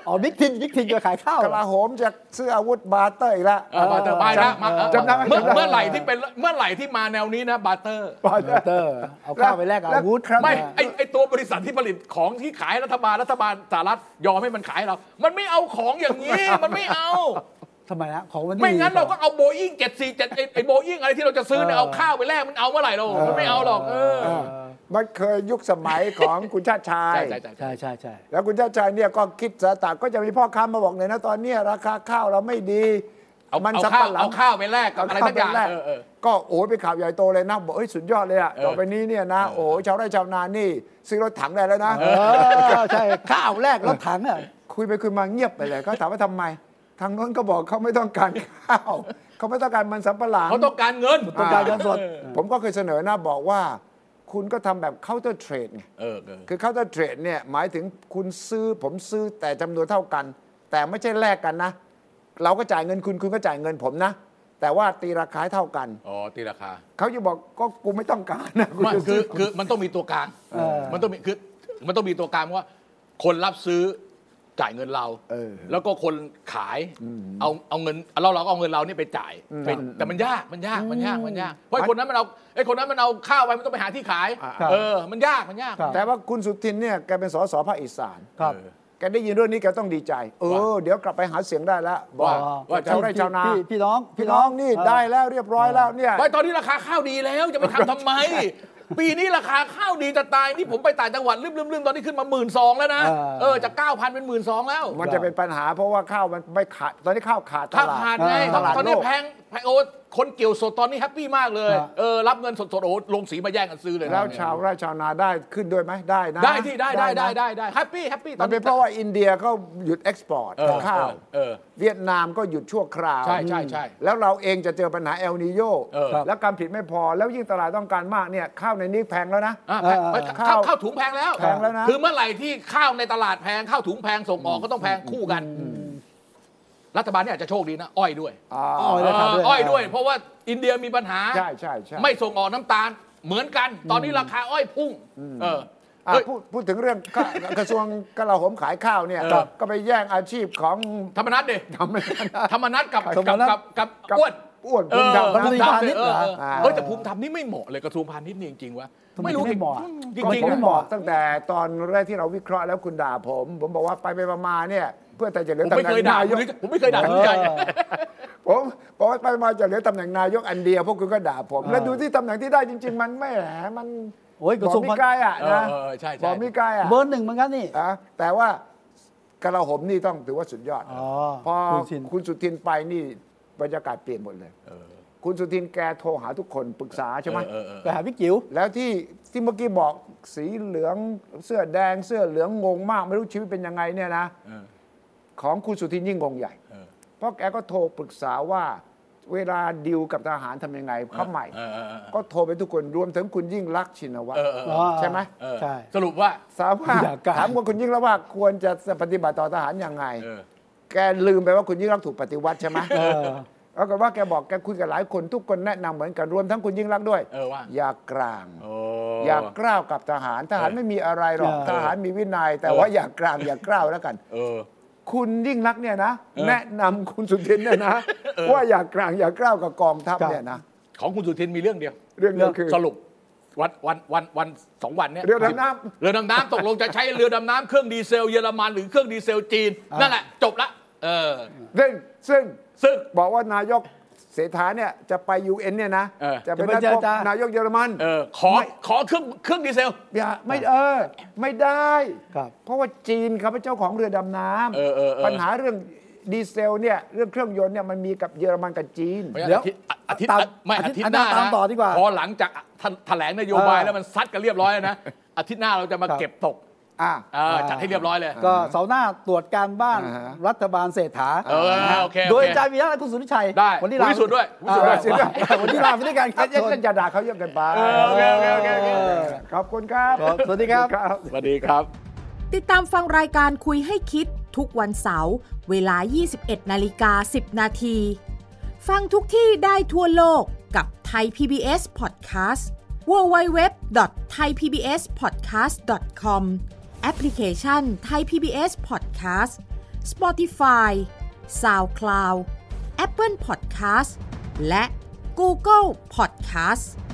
อ๋อบิ๊กทินบิ๊กทินจะขายข้าวกลาโหมจะซื้ออาวุธบาร์เตอร์อีกแล้วเออบาร์เตอร์ไปแล้วมาจำได้ไหมเมื่อเมื่อไหร่ที่เป็นเมื่อไหร่ที่มาแนวนี้นะบาร์เตอร์บาร์บาร์เตอร์เอาข้าวไปแลกอาวุธไม่ไอไอตัวบริษัทที่ผลิตของที่ขายรัฐบาลรัฐบาลสหรัฐยอมให้มันขายเรา มันไม่เอาของอย่างนี้ มันไม่เอาทำไมนะของมันไม่งั้นเราก็เอาโบอิ้งเจ็ดสี่เจ็ดไอโบอิ้งอะไรที่เราจะซื้อเนี่ยเอาข้าวไปแลกมันเอาเมื่อไหร่เรามันไม่เอาหรอกเออมันเคยยุคสมัยของคุณชาติชายใช่ใช่ใช่ใช่ใช่ใช่แล้วคุณชาติชายเนี่ยก็คิดสตาร์ก็จะมีพ่อค้ามาบอกเลยนะตอนเนี้ยราคาข้าวเราไม่ดีเอามันเอาสับข้าวปะหลังเอาข้าวไปแลกกับเอาอะไรข้าวสักอย่างไปแลกเออเออก็โอ้ยไปข่าวใหญ่โตเลยนะบอกเฮ้ยสุดยอดเลยอ่ะเออต่อไปนี้เนี่ยนะโอ้ยชาวไร่ชาวนานี่ซื้อรถถังได้แล้วนะเออใช่ข้าวแลกรถถังอ่ะคุยไปคุยมาเงียบไปเลยเขาถามว่าทำไม ทางโน้นก็บอกเขาไม่ต้องการข้าวเขาไม่ต้องการมันสำปะหลังเขาต้องการเงินต้องการเงินสดผมก็เคยเสนอนะบอกว่า คุณก็ทำแบบ counter trade ไงเออเออคือ counter trade เนี่ยหมายถึงคุณซื้อผมซื้อแต่จำนวนเท่ากัน แต่ไม่ใช่แลกกันนะ เราก็จ่ายเงินคุณคุณก็จ่ายเงินผมนะ แต่ว่าตีราคาเท่ากันอ๋อตีราคาเขาจะบอกก็กูไม่ต้องการนะกูไม่จะคืซื้ออคือมันต้องมีตัวกลางเออมันต้องมีคือมันต้องมีตัวกลางว่า คนรับซื้อจ่ายเงินเราเออแล้วก็คนขายเอาเอาเงินเราเราก็เอาเงินเรานี่ไปจ่ายไปแต่มันยากมันยากมันยากมันยากเพราะไอ้คนนั้นมันเอาไอ้คนนั้นมันเอาข้าวไปมันต้องไปหาที่ขายครับเออมันยากมันยากแต่ว่าคุณสุทินเนี่ยแกเป็นสสภาคอีสานครับแกได้ยินเรื่องนี้แกต้องดีใจ เออ เดี๋ยวกลับไปหาเสียงได้แล้วบอกว่าว่าชาวไร่ชาวนาพี่พี่น้องพี่น้องนี่ได้แล้วเรียบร้อยแล้วเนี่ยไว้ตอนนี้ราคาข้าวดีแล้วจะไปทำทำไม ปีนี้ราคาข้าวดีจะตายนี่ผมไปต่างจังหวัดลืมๆๆตอนนี้ขึ้นมาหมื่นสองแล้วนะเออจากเก้าพันเป็นหมื่นสองแล้วมันจะเป็นปัญหาเพราะว่าข้าวมันไม่ขาดตอนนี้ข้าวขาดตข้าวลาดขาดไงตลาดตอนโลนี้กแพงแพงโอ้คนเกี่ยวสดตอนนี้แฮปปี้มากเลยครับเออรับเงินสดๆโอ้ลงสีมาแย่งกันซื้อเลยนะแล้วชาวไร่ชาวนาได้ขึ้นด้วยไหมได้นะได้ที่ได้ได้ได้นะได้ได้แฮปปี้แฮปปี้ตมัอน นเป็นเพราะว่าอินเดียเขาหยุดเอ็กซ์พอร์ตเออข้าวเออเวียดนามก็หยุดชั่วคราวใช่ใช่ใช่แล้วเราเองจะเจอปัญหาเอลนีโยเออแล้วการผลิตไม่พอแล้วยิ่งตลาดต้องการมากเนี่ยข้าวในนี้แพงแล้วนะอ่ะแพงเออข้าวข้าวถุงแพงแล้วแพงแล้วนะคือเมื่อไหร่ที่ข้าวในตลาดแพงข้าวถุงแพงส่งออกก็ต้องแพงคู่กัน รัฐบาลนี่อาจจะโชคดีนะอ้อยด้วยอ่าอ้อยราคาด้วยอ้อยด้วย เพราะว่าอินเดียมีปัญหาใช่ใช่ใช่ไม่ส่งออกน้ำตาลเหมือนกัน ตอนนี้ราคาอ้อยพุ่งเอออ่ะเอ้ยพูดพูดถึงเรื่อง กระกระทรวงกลาโหมขายข้าวเนี่ยเออก็ไปแย่งอาชีพของธรรมนัฐดิทำไม่ได้ธรรมนัฐกับธรรมกับนัสกับกับกับอ้วนอ้วนเอภูอมิธรรมรัฐมนตรีนะพาณิชย์เออเอออ่าเฮ้ยแต่ภูมิธรรมนี่ไม่เหมาะเลยกระทรวงพาณิชย์นี่จริงๆวะทำไมไม่รู้ไม่เหมาะจก็ริงผมๆนะบอกตั้งแต่ตอนแรกที่เราวิเคราะห์แล้วคุณด่าผม ผมบอกว่าไปไปมาๆเนี่ย เพื่อแต่จะเหลืผอมตำไม่แหน่เคยงด่านายกผมไม่เคยด่าคุณใจผมบอกว่าไปมาจะเหลือตำแหน่งนายกอันเดียวพวกคุณก็ด่าผม แล้วดูที่ตำแหน่งที่ได้จริง ๆ มันไม่แหมมันโอ้ยกบระอทรวกงไม่ใกล้อ่ะนะเออเออใช่ใช่บอกไม่ใกล้อ่ะเบอร์หนึ่งเหมือนกันนี่นะแต่ว่ากระหมนี่ต้องถือว่าสุดยอดอ๋อพอคุณชินคุณสุทินไปนี่บรรยากาศเปลี่ยนหมดเลย คุณสุทินแกโทรหาทุกคนปรึกษาใช่ไหมเออเออไปหาพี่จิ๋วแล้วที่ที่เมื่อกี้บอกสีเหลืองเสื้อแดงเสื้อเหลืองงงมากไม่รู้ชีวิตเป็นยังไงเนี่ยนะเออของคุณสุทินยิ่งงงใหญ่เออเพราะแกก็โทรปรึกษาว่าเวลาดิวกับทหารทำยังไงเขาใหม่เออเออเออก็โทรไปทุกคนรวมถึงคุณยิ่งรักษณ์ชินวัตรเออเออเออใช่ไหมเออใช่สรุปว่าสามว่าอยากกล้าถามว่าคุณยิ่งรักษณ์ว่าควรจะปฏิบัติต่อทหารยังไงเออแกลืมไปว่าคุณยิ่งรักษณ์ถูกปฏิวัติใช่ไหมเออแล้วก็ว่าแกบอกแกคุยกับหลายคนทุกคนแนะนำเหมือนกันรวมทั้งคุณยิ่งรักษณ์ด้วยเออว่าอย่ากลางโอ้อย่ากล้าวกับทหารทหารเออไม่มีอะไรหรอกเออทหารมีวินัย แต่เออว่าอย่ากลางอย่ากล้าวแล้วกันเออคุณยิ่งรักษณ์เนี่ยนะเออแนะนำคุณสุทินเนี่ยนะ ว่าอย่ากลางอย่ากล้าวกับกองทัพครับเนี่ยนะของคุณสุทินมีเรื่องเดียวเรื่องเดียวคือสรุปวันวันวันวันสองวันเนี้ยเรือดำน้ำเรือดำน้ำตกลงจะใช้เรือดำน้ำเครื่องดีเซลเยอรมันหรือเครื่องดีเซลจีนอ่านั่นั่นแหละจบละเออซึ่งซึ่งซึ่งบอกว่านายกเศรษฐาเนี่ยจะไป ยู เอ็น เนี่ยนะเออจะเป็นจะไปนายเจรกจานายกเยอรมันเออขอขอเครื่องเครื่องดีเซลอย่าไม่เออไม่ได้ครับเพราะว่าจีนเขาเป็นเจ้าของเรือดำน้เออเออเออำปัญหาเรื่องดีเซลเนี่ยเรื่องเครื่องยนต์เนี่ยมันมีกับเยอรมันกับจีนเดี๋ยวอาทิตย์อาทิตย์ตามไม่อาอาทิทิตตย์ย์หน้าตามนะต่อดีกว่าพอหลังจากแถลงนโยบายเออแล้วมันซัดกันเรียบร้อยแล้วนะอาทิตย์หน้าเราจะมาครับเก็บตกอ่าเออจัดให้เรียบร้อยเลยก็เสาร์หน้าตรวจการบ้านอ่าฮะรัฐบาลเศรษฐาเออโอเคโอเคโดยอาจารย์วีระและคุณสุทธิชัยได้วันนี้คุณลาวิสุทธิ์ด้วยอ่าวิสุทธิ์ด้วยวันนี้ลาไปด้วยกันครับอย่าอย่าด่าเขาเยอะเกินไปเออโอเคโอเคโอเคโอเคขอบคุณครับครับสวัสดีครับสวัสดีครับติดตามฟังรายการคุยให้คิดทุกวันเสาร์เวลา ยี่สิบเอ็ดนาฬิกาสิบนาที ฟังทุกที่ได้ทั่วโลกกับ Thai พี บี เอส Podcast ดับเบิลยู ดับเบิลยู ดับเบิลยู ดอท ไทยพีบีเอสพอดแคสต์ ดอท คอม แอปพลิเคชัน Thai พี บี เอส Podcast Spotify SoundCloud Apple Podcast และ Google Podcast